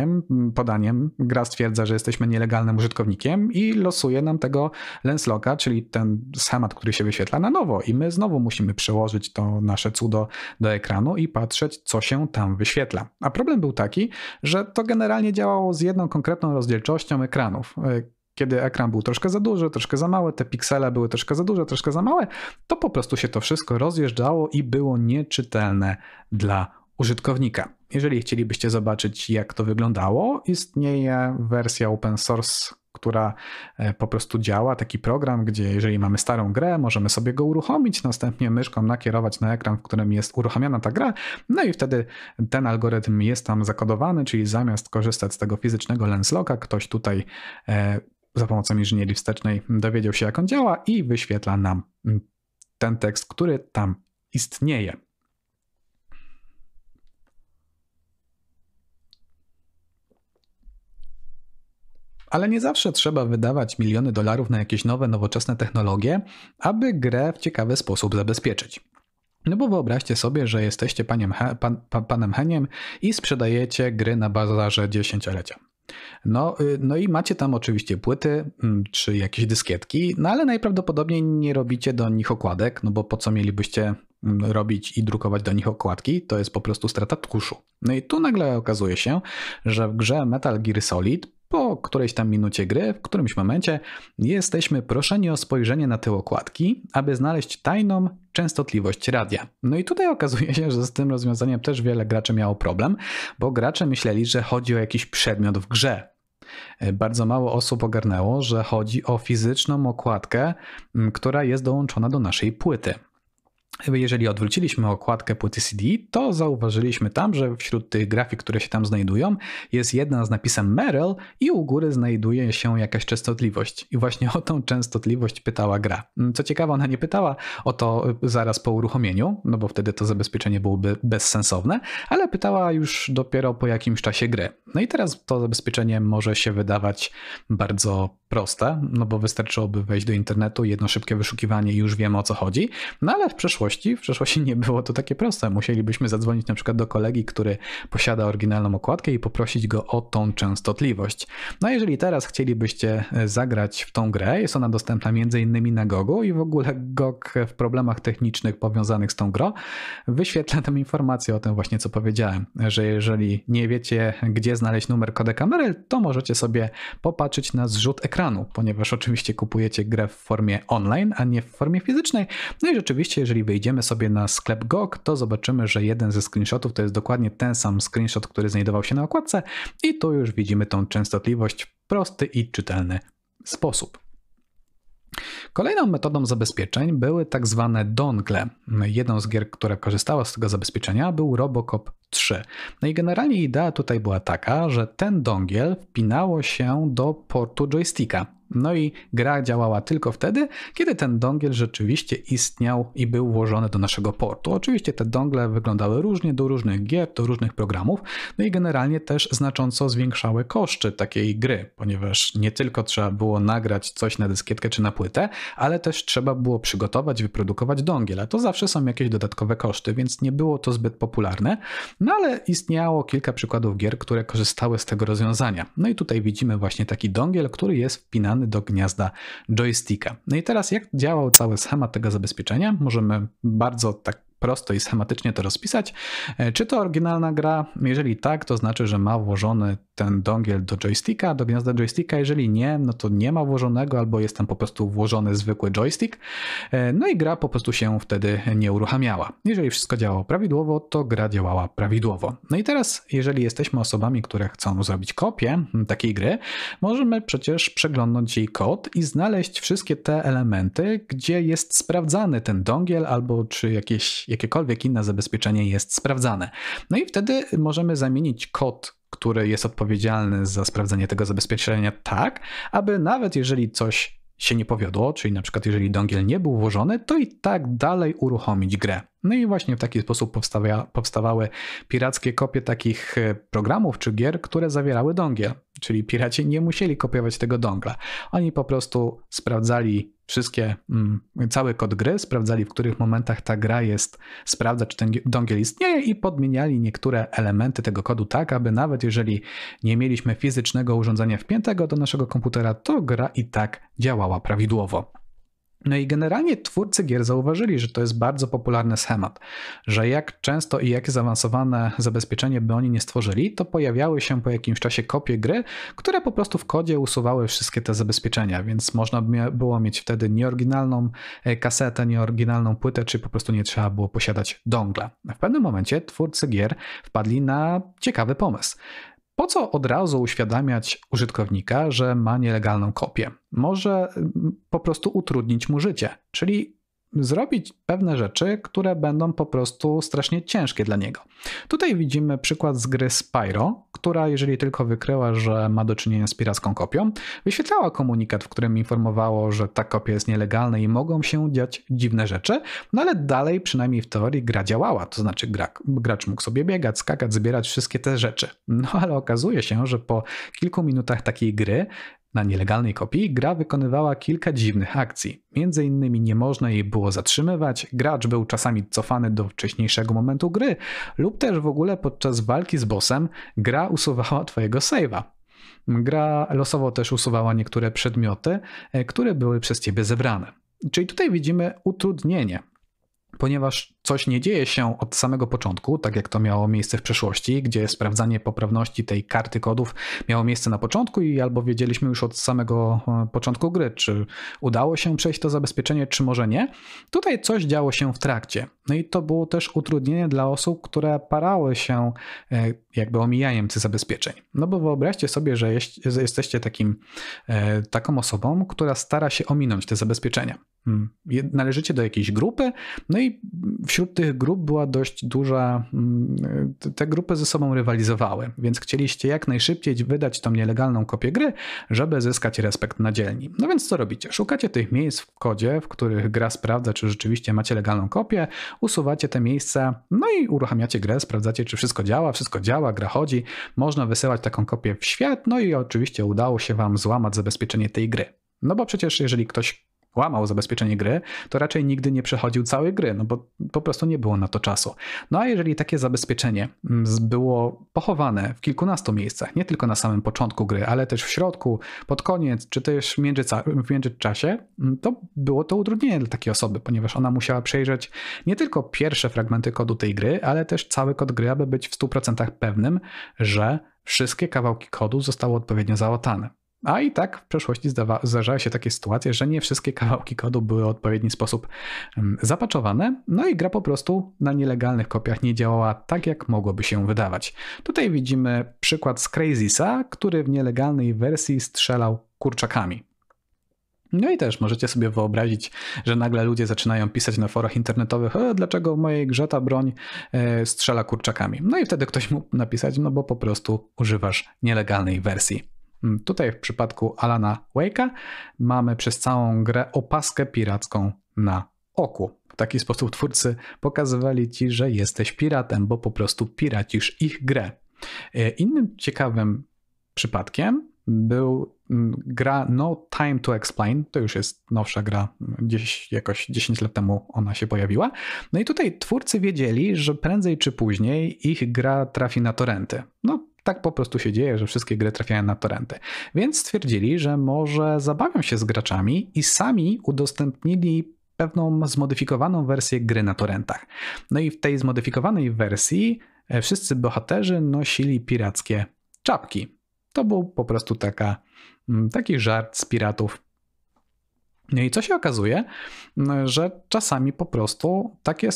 podaniem gra stwierdza, że jesteśmy nielegalnym użytkownikiem i losuje nam tego Lenslocka, czyli ten schemat, który się wyświetla na nowo i my znowu musimy przełożyć to nasze cudo do ekranu i patrzeć, co się tam wyświetla. A problem był taki, że to generalnie działało z jedną konkretną rozdzielczością ekranów. Kiedy ekran był troszkę za duży, troszkę za mały, te piksele były troszkę za duże, troszkę za małe, to po prostu się to wszystko rozjeżdżało i było nieczytelne dla użytkownika. Jeżeli chcielibyście zobaczyć, jak to wyglądało, istnieje wersja open source, która po prostu działa, taki program, gdzie jeżeli mamy starą grę, możemy sobie go uruchomić, następnie myszką nakierować na ekran, w którym jest uruchamiana ta gra, no i wtedy ten algorytm jest tam zakodowany, czyli zamiast korzystać z tego fizycznego Lenslocka, ktoś tutaj za pomocą inżynierii wstecznej dowiedział się, jak on działa i wyświetla nam ten tekst, który tam istnieje. Ale nie zawsze trzeba wydawać miliony dolarów na jakieś nowe, nowoczesne technologie, aby grę w ciekawy sposób zabezpieczyć. No bo wyobraźcie sobie, że jesteście panem Heniem i sprzedajecie gry na bazarze dziesięciolecia. No i macie tam oczywiście płyty czy jakieś dyskietki, no ale najprawdopodobniej nie robicie do nich okładek, no bo po co mielibyście robić i drukować do nich okładki, to jest po prostu strata tuszu. No i tu nagle okazuje się, że w grze Metal Gear Solid po którejś tam minucie gry, w którymś momencie jesteśmy proszeni o spojrzenie na te okładki, aby znaleźć tajną częstotliwość radia. No i tutaj okazuje się, że z tym rozwiązaniem też wiele graczy miało problem, bo gracze myśleli, że chodzi o jakiś przedmiot w grze. Bardzo mało osób ogarnęło, że chodzi o fizyczną okładkę, która jest dołączona do naszej płyty. Jeżeli odwróciliśmy okładkę płyty CD, to zauważyliśmy tam, że wśród tych grafik, które się tam znajdują, jest jedna z napisem Merrill i u góry znajduje się jakaś częstotliwość. I właśnie o tą częstotliwość pytała gra. Co ciekawe, ona nie pytała o to zaraz po uruchomieniu, no bo wtedy to zabezpieczenie byłoby bezsensowne, ale pytała już dopiero po jakimś czasie gry. No i teraz to zabezpieczenie może się wydawać bardzo proste, no bo wystarczyłoby wejść do internetu, jedno szybkie wyszukiwanie i już wiemy, o co chodzi, no ale w przeszłości nie było to takie proste. Musielibyśmy zadzwonić na przykład do kolegi, który posiada oryginalną okładkę i poprosić go o tą częstotliwość. No a jeżeli teraz chcielibyście zagrać w tą grę, jest ona dostępna m.in. na GOG-u i w ogóle GOG w problemach technicznych powiązanych z tą grą wyświetla tam informację o tym właśnie, co powiedziałem, że jeżeli nie wiecie, gdzie znaleźć numer kodeka Merrill, to możecie sobie popatrzeć na zrzut ekranu, ponieważ oczywiście kupujecie grę w formie online, a nie w formie fizycznej. No i rzeczywiście, jeżeli wyjdziemy sobie na sklep GOG, to zobaczymy, że jeden ze screenshotów to jest dokładnie ten sam screenshot, który znajdował się na okładce i tu już widzimy tą częstotliwość w prosty i czytelny sposób. Kolejną metodą zabezpieczeń były tak zwane dongle. Jedną z gier, która korzystała z tego zabezpieczenia, był Robocop 3. No i generalnie idea tutaj była taka, że ten dongiel wpinało się do portu joysticka. No i gra działała tylko wtedy, kiedy ten dongiel rzeczywiście istniał i był włożony do naszego portu. Oczywiście te dongle wyglądały różnie do różnych gier, do różnych programów, no i generalnie też znacząco zwiększały koszty takiej gry, ponieważ nie tylko trzeba było nagrać coś na dyskietkę czy na płytę, ale też trzeba było przygotować, wyprodukować dongiel, a to zawsze są jakieś dodatkowe koszty, więc nie było to zbyt popularne, no ale istniało kilka przykładów gier, które korzystały z tego rozwiązania. No i tutaj widzimy właśnie taki dongiel, który jest wpinany do gniazda joysticka. No i teraz jak działał cały schemat tego zabezpieczenia? Możemy bardzo tak prosto i schematycznie to rozpisać. Czy to oryginalna gra? Jeżeli tak, to znaczy, że ma włożony ten dongiel do joysticka, do gniazda joysticka. Jeżeli nie, no to nie ma włożonego albo jest tam po prostu włożony zwykły joystick. No i gra po prostu się wtedy nie uruchamiała. Jeżeli wszystko działało prawidłowo, to gra działała prawidłowo. No i teraz, jeżeli jesteśmy osobami, które chcą zrobić kopię takiej gry, możemy przecież przeglądnąć jej kod i znaleźć wszystkie te elementy, gdzie jest sprawdzany ten dongiel albo czy jakiekolwiek inne zabezpieczenie jest sprawdzane. No i wtedy możemy zamienić kod, który jest odpowiedzialny za sprawdzenie tego zabezpieczenia tak, aby nawet jeżeli coś się nie powiodło, czyli na przykład jeżeli dongiel nie był włożony, to i tak dalej uruchomić grę. No i właśnie w taki sposób powstawały pirackie kopie takich programów czy gier, które zawierały dongiel. Czyli piraci nie musieli kopiować tego dongla. Oni po prostu sprawdzali cały kod gry, sprawdzali, w których momentach ta gra sprawdza, czy ten dongiel istnieje i podmieniali niektóre elementy tego kodu tak, aby nawet jeżeli nie mieliśmy fizycznego urządzenia wpiętego do naszego komputera, to gra i tak działała prawidłowo. No i generalnie twórcy gier zauważyli, że to jest bardzo popularny schemat, że jak często i jakie zaawansowane zabezpieczenie by oni nie stworzyli, to pojawiały się po jakimś czasie kopie gry, które po prostu w kodzie usuwały wszystkie te zabezpieczenia, więc można było mieć wtedy nieoryginalną kasetę, nieoryginalną płytę, czy po prostu nie trzeba było posiadać dongla. W pewnym momencie twórcy gier wpadli na ciekawy pomysł. Po co od razu uświadamiać użytkownika, że ma nielegalną kopię? Może po prostu utrudnić mu życie, czyli zrobić pewne rzeczy, które będą po prostu strasznie ciężkie dla niego. Tutaj widzimy przykład z gry Spyro, która jeżeli tylko wykryła, że ma do czynienia z piracką kopią, wyświetlała komunikat, w którym informowało, że ta kopia jest nielegalna i mogą się dziać dziwne rzeczy, no ale dalej, przynajmniej w teorii, gra działała, to znaczy gracz mógł sobie biegać, skakać, zbierać wszystkie te rzeczy. No ale okazuje się, że po kilku minutach takiej gry na nielegalnej kopii gra wykonywała kilka dziwnych akcji. Między innymi nie można jej było zatrzymywać, gracz był czasami cofany do wcześniejszego momentu gry lub też w ogóle podczas walki z bossem gra usuwała twojego save'a. Gra losowo też usuwała niektóre przedmioty, które były przez ciebie zebrane. Czyli tutaj widzimy utrudnienie. Ponieważ coś nie dzieje się od samego początku, tak jak to miało miejsce w przeszłości, gdzie sprawdzanie poprawności tej karty kodów miało miejsce na początku i albo wiedzieliśmy już od samego początku gry, czy udało się przejść to zabezpieczenie, czy może nie. Tutaj coś działo się w trakcie. No i to było też utrudnienie dla osób, które parały się jakby omijaniem tych zabezpieczeń. No bo wyobraźcie sobie, że jesteście taką osobą, która stara się ominąć te zabezpieczenia. należycie do jakiejś grupy, no i wśród tych grup była dość duża, te grupy ze sobą rywalizowały, więc chcieliście jak najszybciej wydać tą nielegalną kopię gry, żeby zyskać respekt na dzielni. No więc co robicie? Szukacie tych miejsc w kodzie, w których gra sprawdza, czy rzeczywiście macie legalną kopię, usuwacie te miejsca, no i uruchamiacie grę, sprawdzacie, czy wszystko działa, gra chodzi, można wysyłać taką kopię w świat, no i oczywiście udało się wam złamać zabezpieczenie tej gry. No bo przecież jeżeli ktoś łamał zabezpieczenie gry, to raczej nigdy nie przechodził całej gry, no bo po prostu nie było na to czasu. No a jeżeli takie zabezpieczenie było pochowane w kilkunastu miejscach, nie tylko na samym początku gry, ale też w środku, pod koniec, czy też w międzyczasie, to było to utrudnienie dla takiej osoby, ponieważ ona musiała przejrzeć nie tylko pierwsze fragmenty kodu tej gry, ale też cały kod gry, aby być w 100% pewnym, że wszystkie kawałki kodu zostały odpowiednio załatane. A i tak w przeszłości zdarzały się takie sytuacje, że nie wszystkie kawałki kodu były w odpowiedni sposób zapatchowane, no i gra po prostu na nielegalnych kopiach nie działała tak, jak mogłoby się wydawać. Tutaj widzimy przykład z Crazysa, który w nielegalnej wersji strzelał kurczakami. No i też możecie sobie wyobrazić, że nagle ludzie zaczynają pisać na forach internetowych, dlaczego w mojej grze ta broń strzela kurczakami. No i wtedy ktoś mógł napisać, no bo po prostu używasz nielegalnej wersji. Tutaj w przypadku Alana Wake'a mamy przez całą grę opaskę piracką na oku. W taki sposób twórcy pokazywali ci, że jesteś piratem, bo po prostu piracisz ich grę. Innym ciekawym przypadkiem był gra No Time to Explain. To już jest nowsza gra, gdzieś jakoś 10 lat temu ona się pojawiła. No i tutaj twórcy wiedzieli, że prędzej czy później ich gra trafi na torrenty. No tak po prostu się dzieje, że wszystkie gry trafiają na torrenty. Więc stwierdzili, że może zabawią się z graczami i sami udostępnili pewną zmodyfikowaną wersję gry na torrentach. No i w tej zmodyfikowanej wersji wszyscy bohaterzy nosili pirackie czapki. To był po prostu taki żart z piratów. No i co się okazuje, że czasami po prostu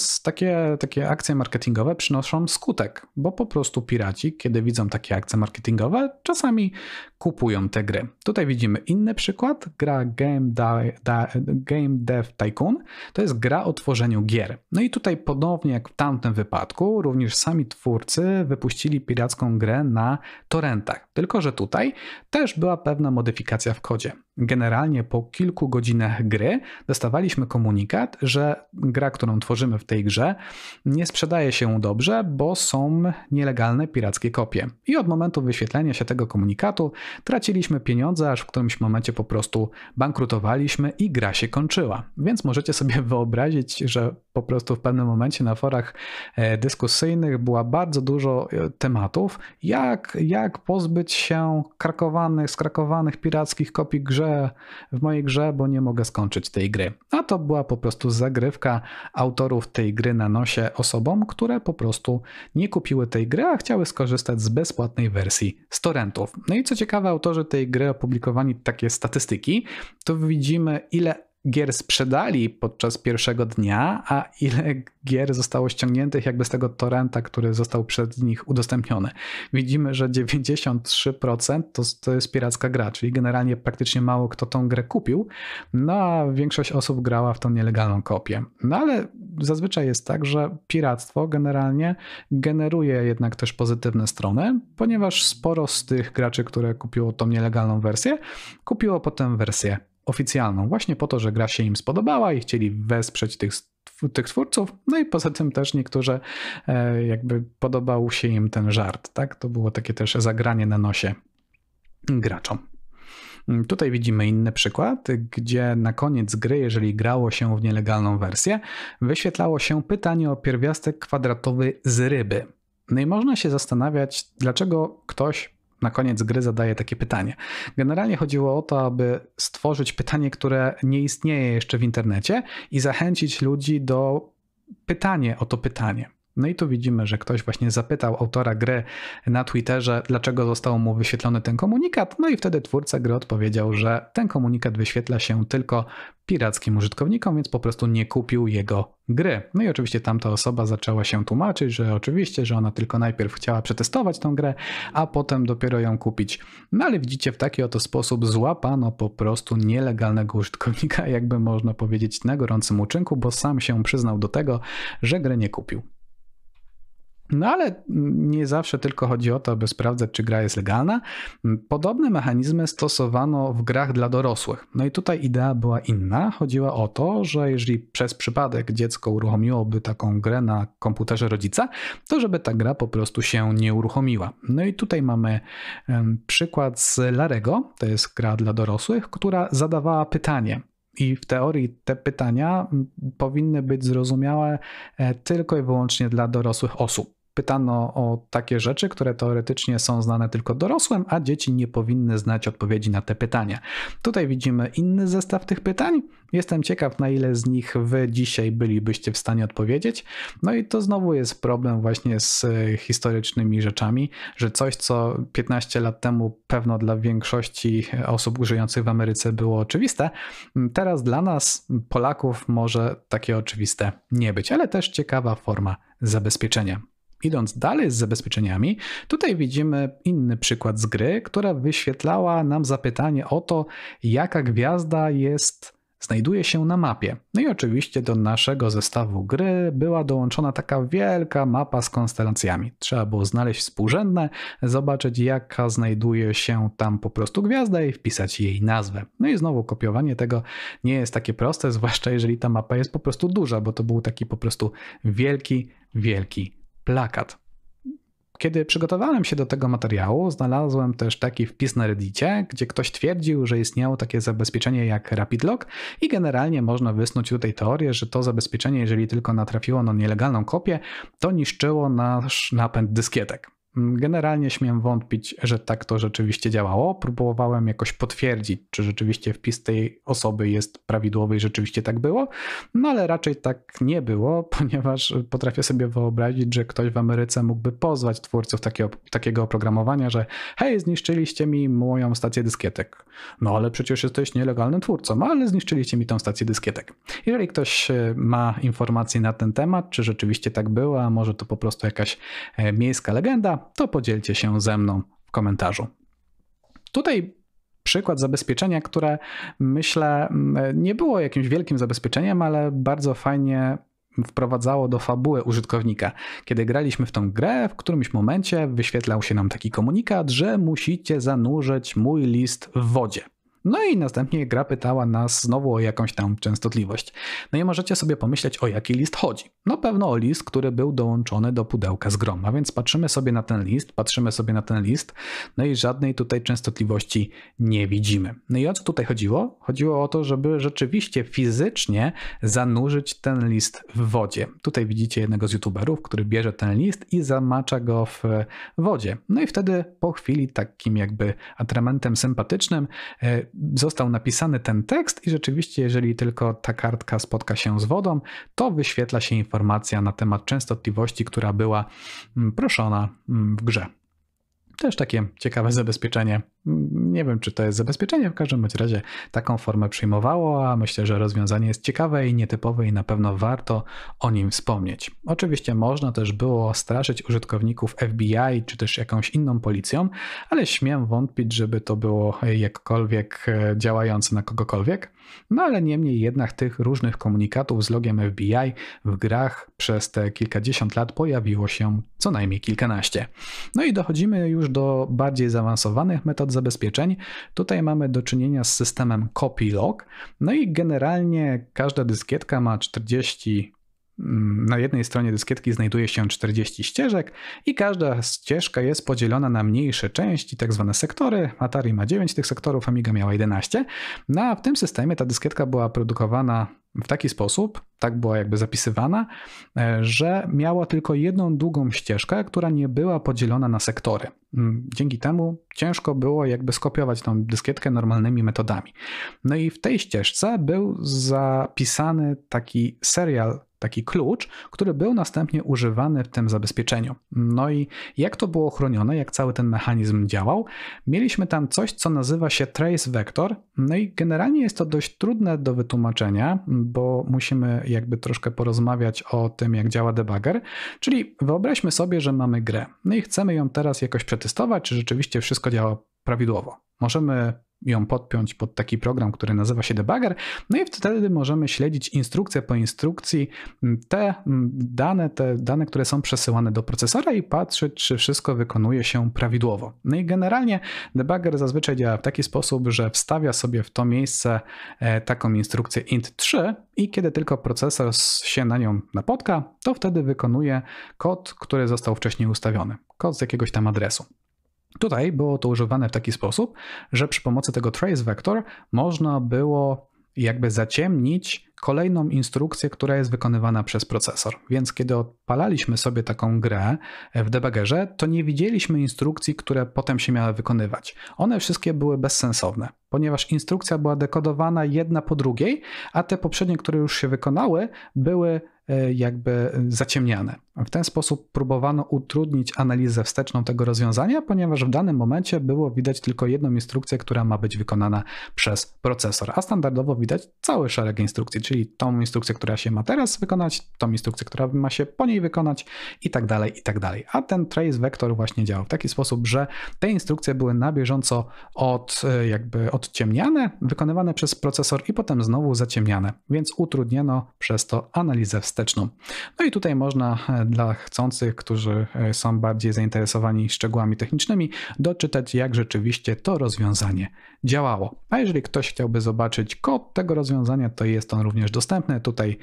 takie akcje marketingowe przynoszą skutek, bo po prostu piraci, kiedy widzą takie akcje marketingowe, czasami kupują te gry. Tutaj widzimy inny przykład, gra Game Dev Tycoon, to jest gra o tworzeniu gier. No i tutaj podobnie jak w tamtym wypadku, również sami twórcy wypuścili piracką grę na torrentach, tylko że tutaj też była pewna modyfikacja w kodzie. Generalnie po kilku godzinach gry dostawaliśmy komunikat, że gra, którą tworzymy w tej grze, nie sprzedaje się dobrze, bo są nielegalne pirackie kopie. I od momentu wyświetlenia się tego komunikatu traciliśmy pieniądze, aż w którymś momencie po prostu bankrutowaliśmy i gra się kończyła. Więc możecie sobie wyobrazić, że po prostu w pewnym momencie na forach dyskusyjnych było bardzo dużo tematów, jak pozbyć się skrakowanych pirackich kopii w mojej grze, bo nie mogę skończyć tej gry. A to była po prostu zagrywka autorów tej gry na nosie osobom, które po prostu nie kupiły tej gry, a chciały skorzystać z bezpłatnej wersji z torrentów. No i co ciekawe, autorzy tej gry opublikowali takie statystyki, to widzimy ile gier sprzedali podczas pierwszego dnia, a ile gier zostało ściągniętych jakby z tego torrenta, który został przez nich udostępniony. Widzimy, że 93% to jest piracka gra, czyli generalnie praktycznie mało kto tą grę kupił, no a większość osób grała w tą nielegalną kopię. No ale zazwyczaj jest tak, że piractwo generalnie generuje jednak też pozytywne strony, ponieważ sporo z tych graczy, które kupiło tą nielegalną wersję, kupiło potem wersję oficjalną, właśnie po to, że gra się im spodobała i chcieli wesprzeć tych twórców, no i poza tym też niektórzy jakby podobał się im ten żart, tak? To było takie też zagranie na nosie graczom. Tutaj widzimy inny przykład, gdzie na koniec gry, jeżeli grało się w nielegalną wersję, wyświetlało się pytanie o pierwiastek kwadratowy z ryby. No i można się zastanawiać, dlaczego ktoś na koniec gry zadaje takie pytanie. Generalnie chodziło o to, aby stworzyć pytanie, które nie istnieje jeszcze w internecie i zachęcić ludzi do pytania o to pytanie. No i tu widzimy, że ktoś właśnie zapytał autora gry na Twitterze, dlaczego został mu wyświetlony ten komunikat, no i wtedy twórca gry odpowiedział, że ten komunikat wyświetla się tylko pirackim użytkownikom, więc po prostu nie kupił jego gry. No i oczywiście tamta osoba zaczęła się tłumaczyć, że oczywiście, że ona tylko najpierw chciała przetestować tą grę, a potem dopiero ją kupić. No ale widzicie, w taki oto sposób złapano po prostu nielegalnego użytkownika, jakby można powiedzieć, na gorącym uczynku, bo sam się przyznał do tego, że gry nie kupił. No ale nie zawsze tylko chodzi o to, aby sprawdzać, czy gra jest legalna. Podobne mechanizmy stosowano w grach dla dorosłych. No i tutaj idea była inna. Chodziła o to, że jeżeli przez przypadek dziecko uruchomiłoby taką grę na komputerze rodzica, to żeby ta gra po prostu się nie uruchomiła. No i tutaj mamy przykład z Larego, to jest gra dla dorosłych, która zadawała pytanie. I w teorii te pytania powinny być zrozumiałe tylko i wyłącznie dla dorosłych osób. Pytano o takie rzeczy, które teoretycznie są znane tylko dorosłym, a dzieci nie powinny znać odpowiedzi na te pytania. Tutaj widzimy inny zestaw tych pytań. Jestem ciekaw, na ile z nich wy dzisiaj bylibyście w stanie odpowiedzieć. No i to znowu jest problem właśnie z historycznymi rzeczami, że coś, co 15 lat temu pewno dla większości osób żyjących w Ameryce było oczywiste, teraz dla nas, Polaków, może takie oczywiste nie być, ale też ciekawa forma zabezpieczenia. Idąc dalej z zabezpieczeniami, tutaj widzimy inny przykład z gry, która wyświetlała nam zapytanie o to, jaka gwiazda znajduje się na mapie. No i oczywiście do naszego zestawu gry była dołączona taka wielka mapa z konstelacjami. Trzeba było znaleźć współrzędne, zobaczyć jaka znajduje się tam po prostu gwiazda i wpisać jej nazwę. No i znowu kopiowanie tego nie jest takie proste, zwłaszcza jeżeli ta mapa jest po prostu duża, bo to był taki po prostu wielki plakat. Kiedy przygotowałem się do tego materiału, znalazłem też taki wpis na Reddicie, gdzie ktoś twierdził, że istniało takie zabezpieczenie jak RapidLock i generalnie można wysnuć tutaj teorię, że to zabezpieczenie, jeżeli tylko natrafiło na nielegalną kopię, to niszczyło nasz napęd dyskietek. Generalnie śmiem wątpić, że tak to rzeczywiście działało. Próbowałem jakoś potwierdzić, czy rzeczywiście wpis tej osoby jest prawidłowy i rzeczywiście tak było, no ale raczej tak nie było, ponieważ potrafię sobie wyobrazić, że ktoś w Ameryce mógłby pozwać twórców takiego oprogramowania, że hej, zniszczyliście mi moją stację dyskietek. No ale przecież jesteś nielegalnym twórcą, ale zniszczyliście mi tą stację dyskietek. Jeżeli ktoś ma informacje na ten temat, czy rzeczywiście tak było, a może to po prostu jakaś miejska legenda, to podzielcie się ze mną w komentarzu. Tutaj przykład zabezpieczenia, które myślę nie było jakimś wielkim zabezpieczeniem, ale bardzo fajnie wprowadzało do fabuły użytkownika. Kiedy graliśmy w tą grę, w którymś momencie wyświetlał się nam taki komunikat, że musicie zanurzyć mój list w wodzie. No i następnie gra pytała nas znowu o jakąś tam częstotliwość. No i możecie sobie pomyśleć, o jaki list chodzi. No pewno o list, który był dołączony do pudełka z grą. A więc patrzymy sobie na ten list, no i żadnej tutaj częstotliwości nie widzimy. No i o co tutaj chodziło? Chodziło o to, żeby rzeczywiście fizycznie zanurzyć ten list w wodzie. Tutaj widzicie jednego z youtuberów, który bierze ten list i zamacza go w wodzie. No i wtedy po chwili takim jakby atramentem sympatycznym został napisany ten tekst i rzeczywiście, jeżeli tylko ta kartka spotka się z wodą, to wyświetla się informacja na temat częstotliwości, która była proszona w grze. Też takie ciekawe zabezpieczenie. Nie wiem, czy to jest zabezpieczenie, w każdym bądź razie taką formę przyjmowało, a myślę, że rozwiązanie jest ciekawe i nietypowe i na pewno warto o nim wspomnieć. Oczywiście można też było straszyć użytkowników FBI czy też jakąś inną policją, ale śmiem wątpić, żeby to było jakkolwiek działające na kogokolwiek. No ale niemniej jednak tych różnych komunikatów z logiem FBI w grach przez te kilkadziesiąt lat pojawiło się co najmniej kilkanaście. No i dochodzimy już do bardziej zaawansowanych metod zabezpieczeń. Tutaj mamy do czynienia z systemem CopyLock. No i generalnie każda dyskietka ma 40. Na jednej stronie dyskietki znajduje się 40 ścieżek i każda ścieżka jest podzielona na mniejsze części, tak zwane sektory. Atari ma 9 tych sektorów, Amiga miała 11. No a w tym systemie ta dyskietka była produkowana w taki sposób, tak była jakby zapisywana, że miała tylko jedną długą ścieżkę, która nie była podzielona na sektory. Dzięki temu ciężko było jakby skopiować tą dyskietkę normalnymi metodami. No i w tej ścieżce był zapisany taki serial, taki klucz, który był następnie używany w tym zabezpieczeniu. No i jak to było chronione, jak cały ten mechanizm działał? Mieliśmy tam coś, co nazywa się trace vector, no i generalnie jest to dość trudne do wytłumaczenia, bo musimy jakby troszkę porozmawiać o tym, jak działa debugger, czyli wyobraźmy sobie, że mamy grę, no i chcemy ją teraz jakoś przetestować, czy rzeczywiście wszystko działa prawidłowo. Możemy ją podpiąć pod taki program, który nazywa się debugger, no i wtedy możemy śledzić instrukcję po instrukcji te dane, które są przesyłane do procesora i patrzeć, czy wszystko wykonuje się prawidłowo. No i generalnie debugger zazwyczaj działa w taki sposób, że wstawia sobie w to miejsce taką instrukcję int3 i kiedy tylko procesor się na nią napotka, to wtedy wykonuje kod, który został wcześniej ustawiony, kod z jakiegoś tam adresu. Tutaj było to używane w taki sposób, że przy pomocy tego trace vector można było jakby zaciemnić kolejną instrukcję, która jest wykonywana przez procesor. Więc kiedy odpalaliśmy sobie taką grę w debuggerze, to nie widzieliśmy instrukcji, które potem się miały wykonywać. One wszystkie były bezsensowne, ponieważ instrukcja była dekodowana jedna po drugiej, a te poprzednie, które już się wykonały, były jakby zaciemniane. W ten sposób próbowano utrudnić analizę wsteczną tego rozwiązania, ponieważ w danym momencie było widać tylko jedną instrukcję, która ma być wykonana przez procesor, a standardowo widać cały szereg instrukcji, czyli tą instrukcję, która się ma teraz wykonać, tą instrukcję, która ma się po niej wykonać i tak dalej, i tak dalej. A ten trace vector właśnie działał w taki sposób, że te instrukcje były na bieżąco odciemniane, wykonywane przez procesor i potem znowu zaciemniane, więc utrudniono przez to analizę wsteczną. No i tutaj można dla chcących, którzy są bardziej zainteresowani szczegółami technicznymi, doczytać, jak rzeczywiście to rozwiązanie działało. A jeżeli ktoś chciałby zobaczyć kod tego rozwiązania, to jest on również dostępny.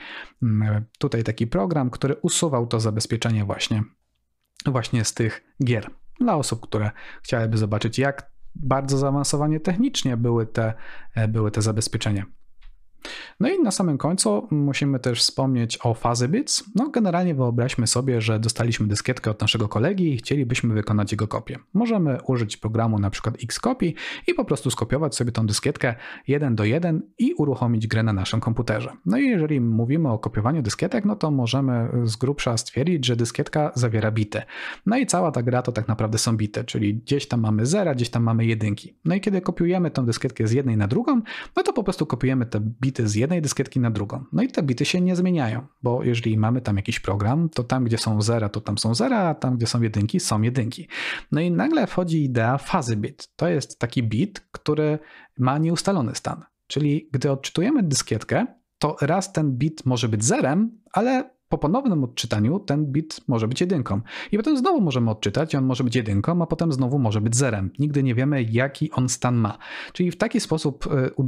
Tutaj taki program, który usuwał to zabezpieczenie właśnie z tych gier. Dla osób, które chciałyby zobaczyć, jak bardzo zaawansowanie technicznie były te zabezpieczenia. No i na samym końcu musimy też wspomnieć o FuzzyBits. No generalnie wyobraźmy sobie, że dostaliśmy dyskietkę od naszego kolegi i chcielibyśmy wykonać jego kopię. Możemy użyć programu na przykład Xcopy i po prostu skopiować sobie tą dyskietkę 1:1 i uruchomić grę na naszym komputerze. No i jeżeli mówimy o kopiowaniu dyskietek, no to możemy z grubsza stwierdzić, że dyskietka zawiera bity. No i cała ta gra to tak naprawdę są bity, czyli gdzieś tam mamy zera, gdzieś tam mamy jedynki. No i kiedy kopiujemy tą dyskietkę z jednej na drugą, no to po prostu kopiujemy te bity z jednej dyskietki na drugą. No i te bity się nie zmieniają, bo jeżeli mamy tam jakiś program, to tam, gdzie są zera, to tam są zera, a tam, gdzie są jedynki. No i nagle wchodzi idea FuzzyBit. To jest taki bit, który ma nieustalony stan. Czyli gdy odczytujemy dyskietkę, to raz ten bit może być zerem, ale po ponownym odczytaniu ten bit może być jedynką. I potem znowu możemy odczytać i on może być jedynką, a potem znowu może być zerem. Nigdy nie wiemy, jaki on stan ma. Czyli w taki sposób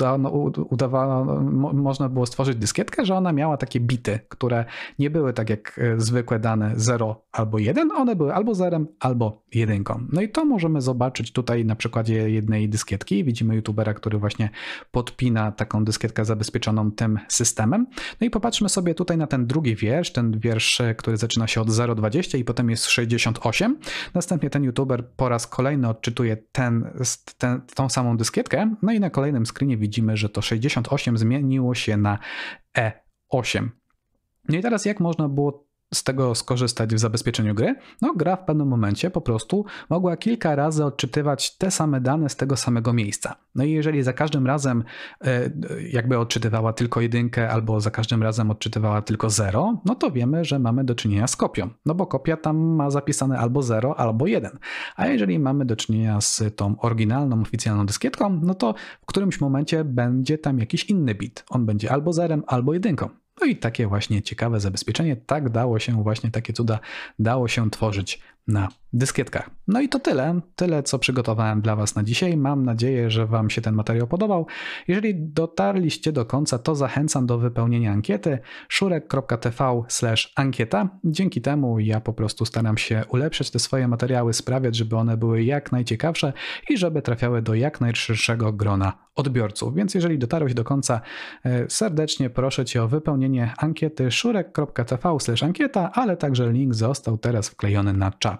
można było stworzyć dyskietkę, że ona miała takie bity, które nie były tak jak zwykłe dane 0 albo 1, one były albo zerem, albo jedynką. No i to możemy zobaczyć tutaj na przykładzie jednej dyskietki. Widzimy youtubera, który właśnie podpina taką dyskietkę zabezpieczoną tym systemem. No i popatrzmy sobie tutaj na ten drugi wiersz, ten wiersz, który zaczyna się od 0,20 i potem jest 68. Następnie ten youtuber po raz kolejny odczytuje tą samą dyskietkę, no i na kolejnym screenie widzimy, że to 68 zmieniło się na E8. No i teraz jak można było z tego skorzystać w zabezpieczeniu gry? No gra w pewnym momencie po prostu mogła kilka razy odczytywać te same dane z tego samego miejsca. No i jeżeli za każdym razem jakby odczytywała tylko jedynkę albo za każdym razem odczytywała tylko 0, no to wiemy, że mamy do czynienia z kopią. No bo kopia tam ma zapisane albo 0, albo 1. A jeżeli mamy do czynienia z tą oryginalną, oficjalną dyskietką, no to w którymś momencie będzie tam jakiś inny bit. On będzie albo 0, albo 1. No i takie właśnie ciekawe zabezpieczenie, tak dało się właśnie takie cuda dało się tworzyć na dyskietkach. No i to tyle co przygotowałem dla Was na dzisiaj. Mam nadzieję, że Wam się ten materiał podobał. Jeżeli dotarliście do końca, to zachęcam do wypełnienia ankiety szurek.tv/ankieta. Dzięki temu ja po prostu staram się ulepszać te swoje materiały, sprawiać, żeby one były jak najciekawsze i żeby trafiały do jak najszerszego grona odbiorców. Więc jeżeli dotarłeś do końca, serdecznie proszę Cię o wypełnienie ankiety szurek.tv/ankieta, ale także link został teraz wklejony na czat.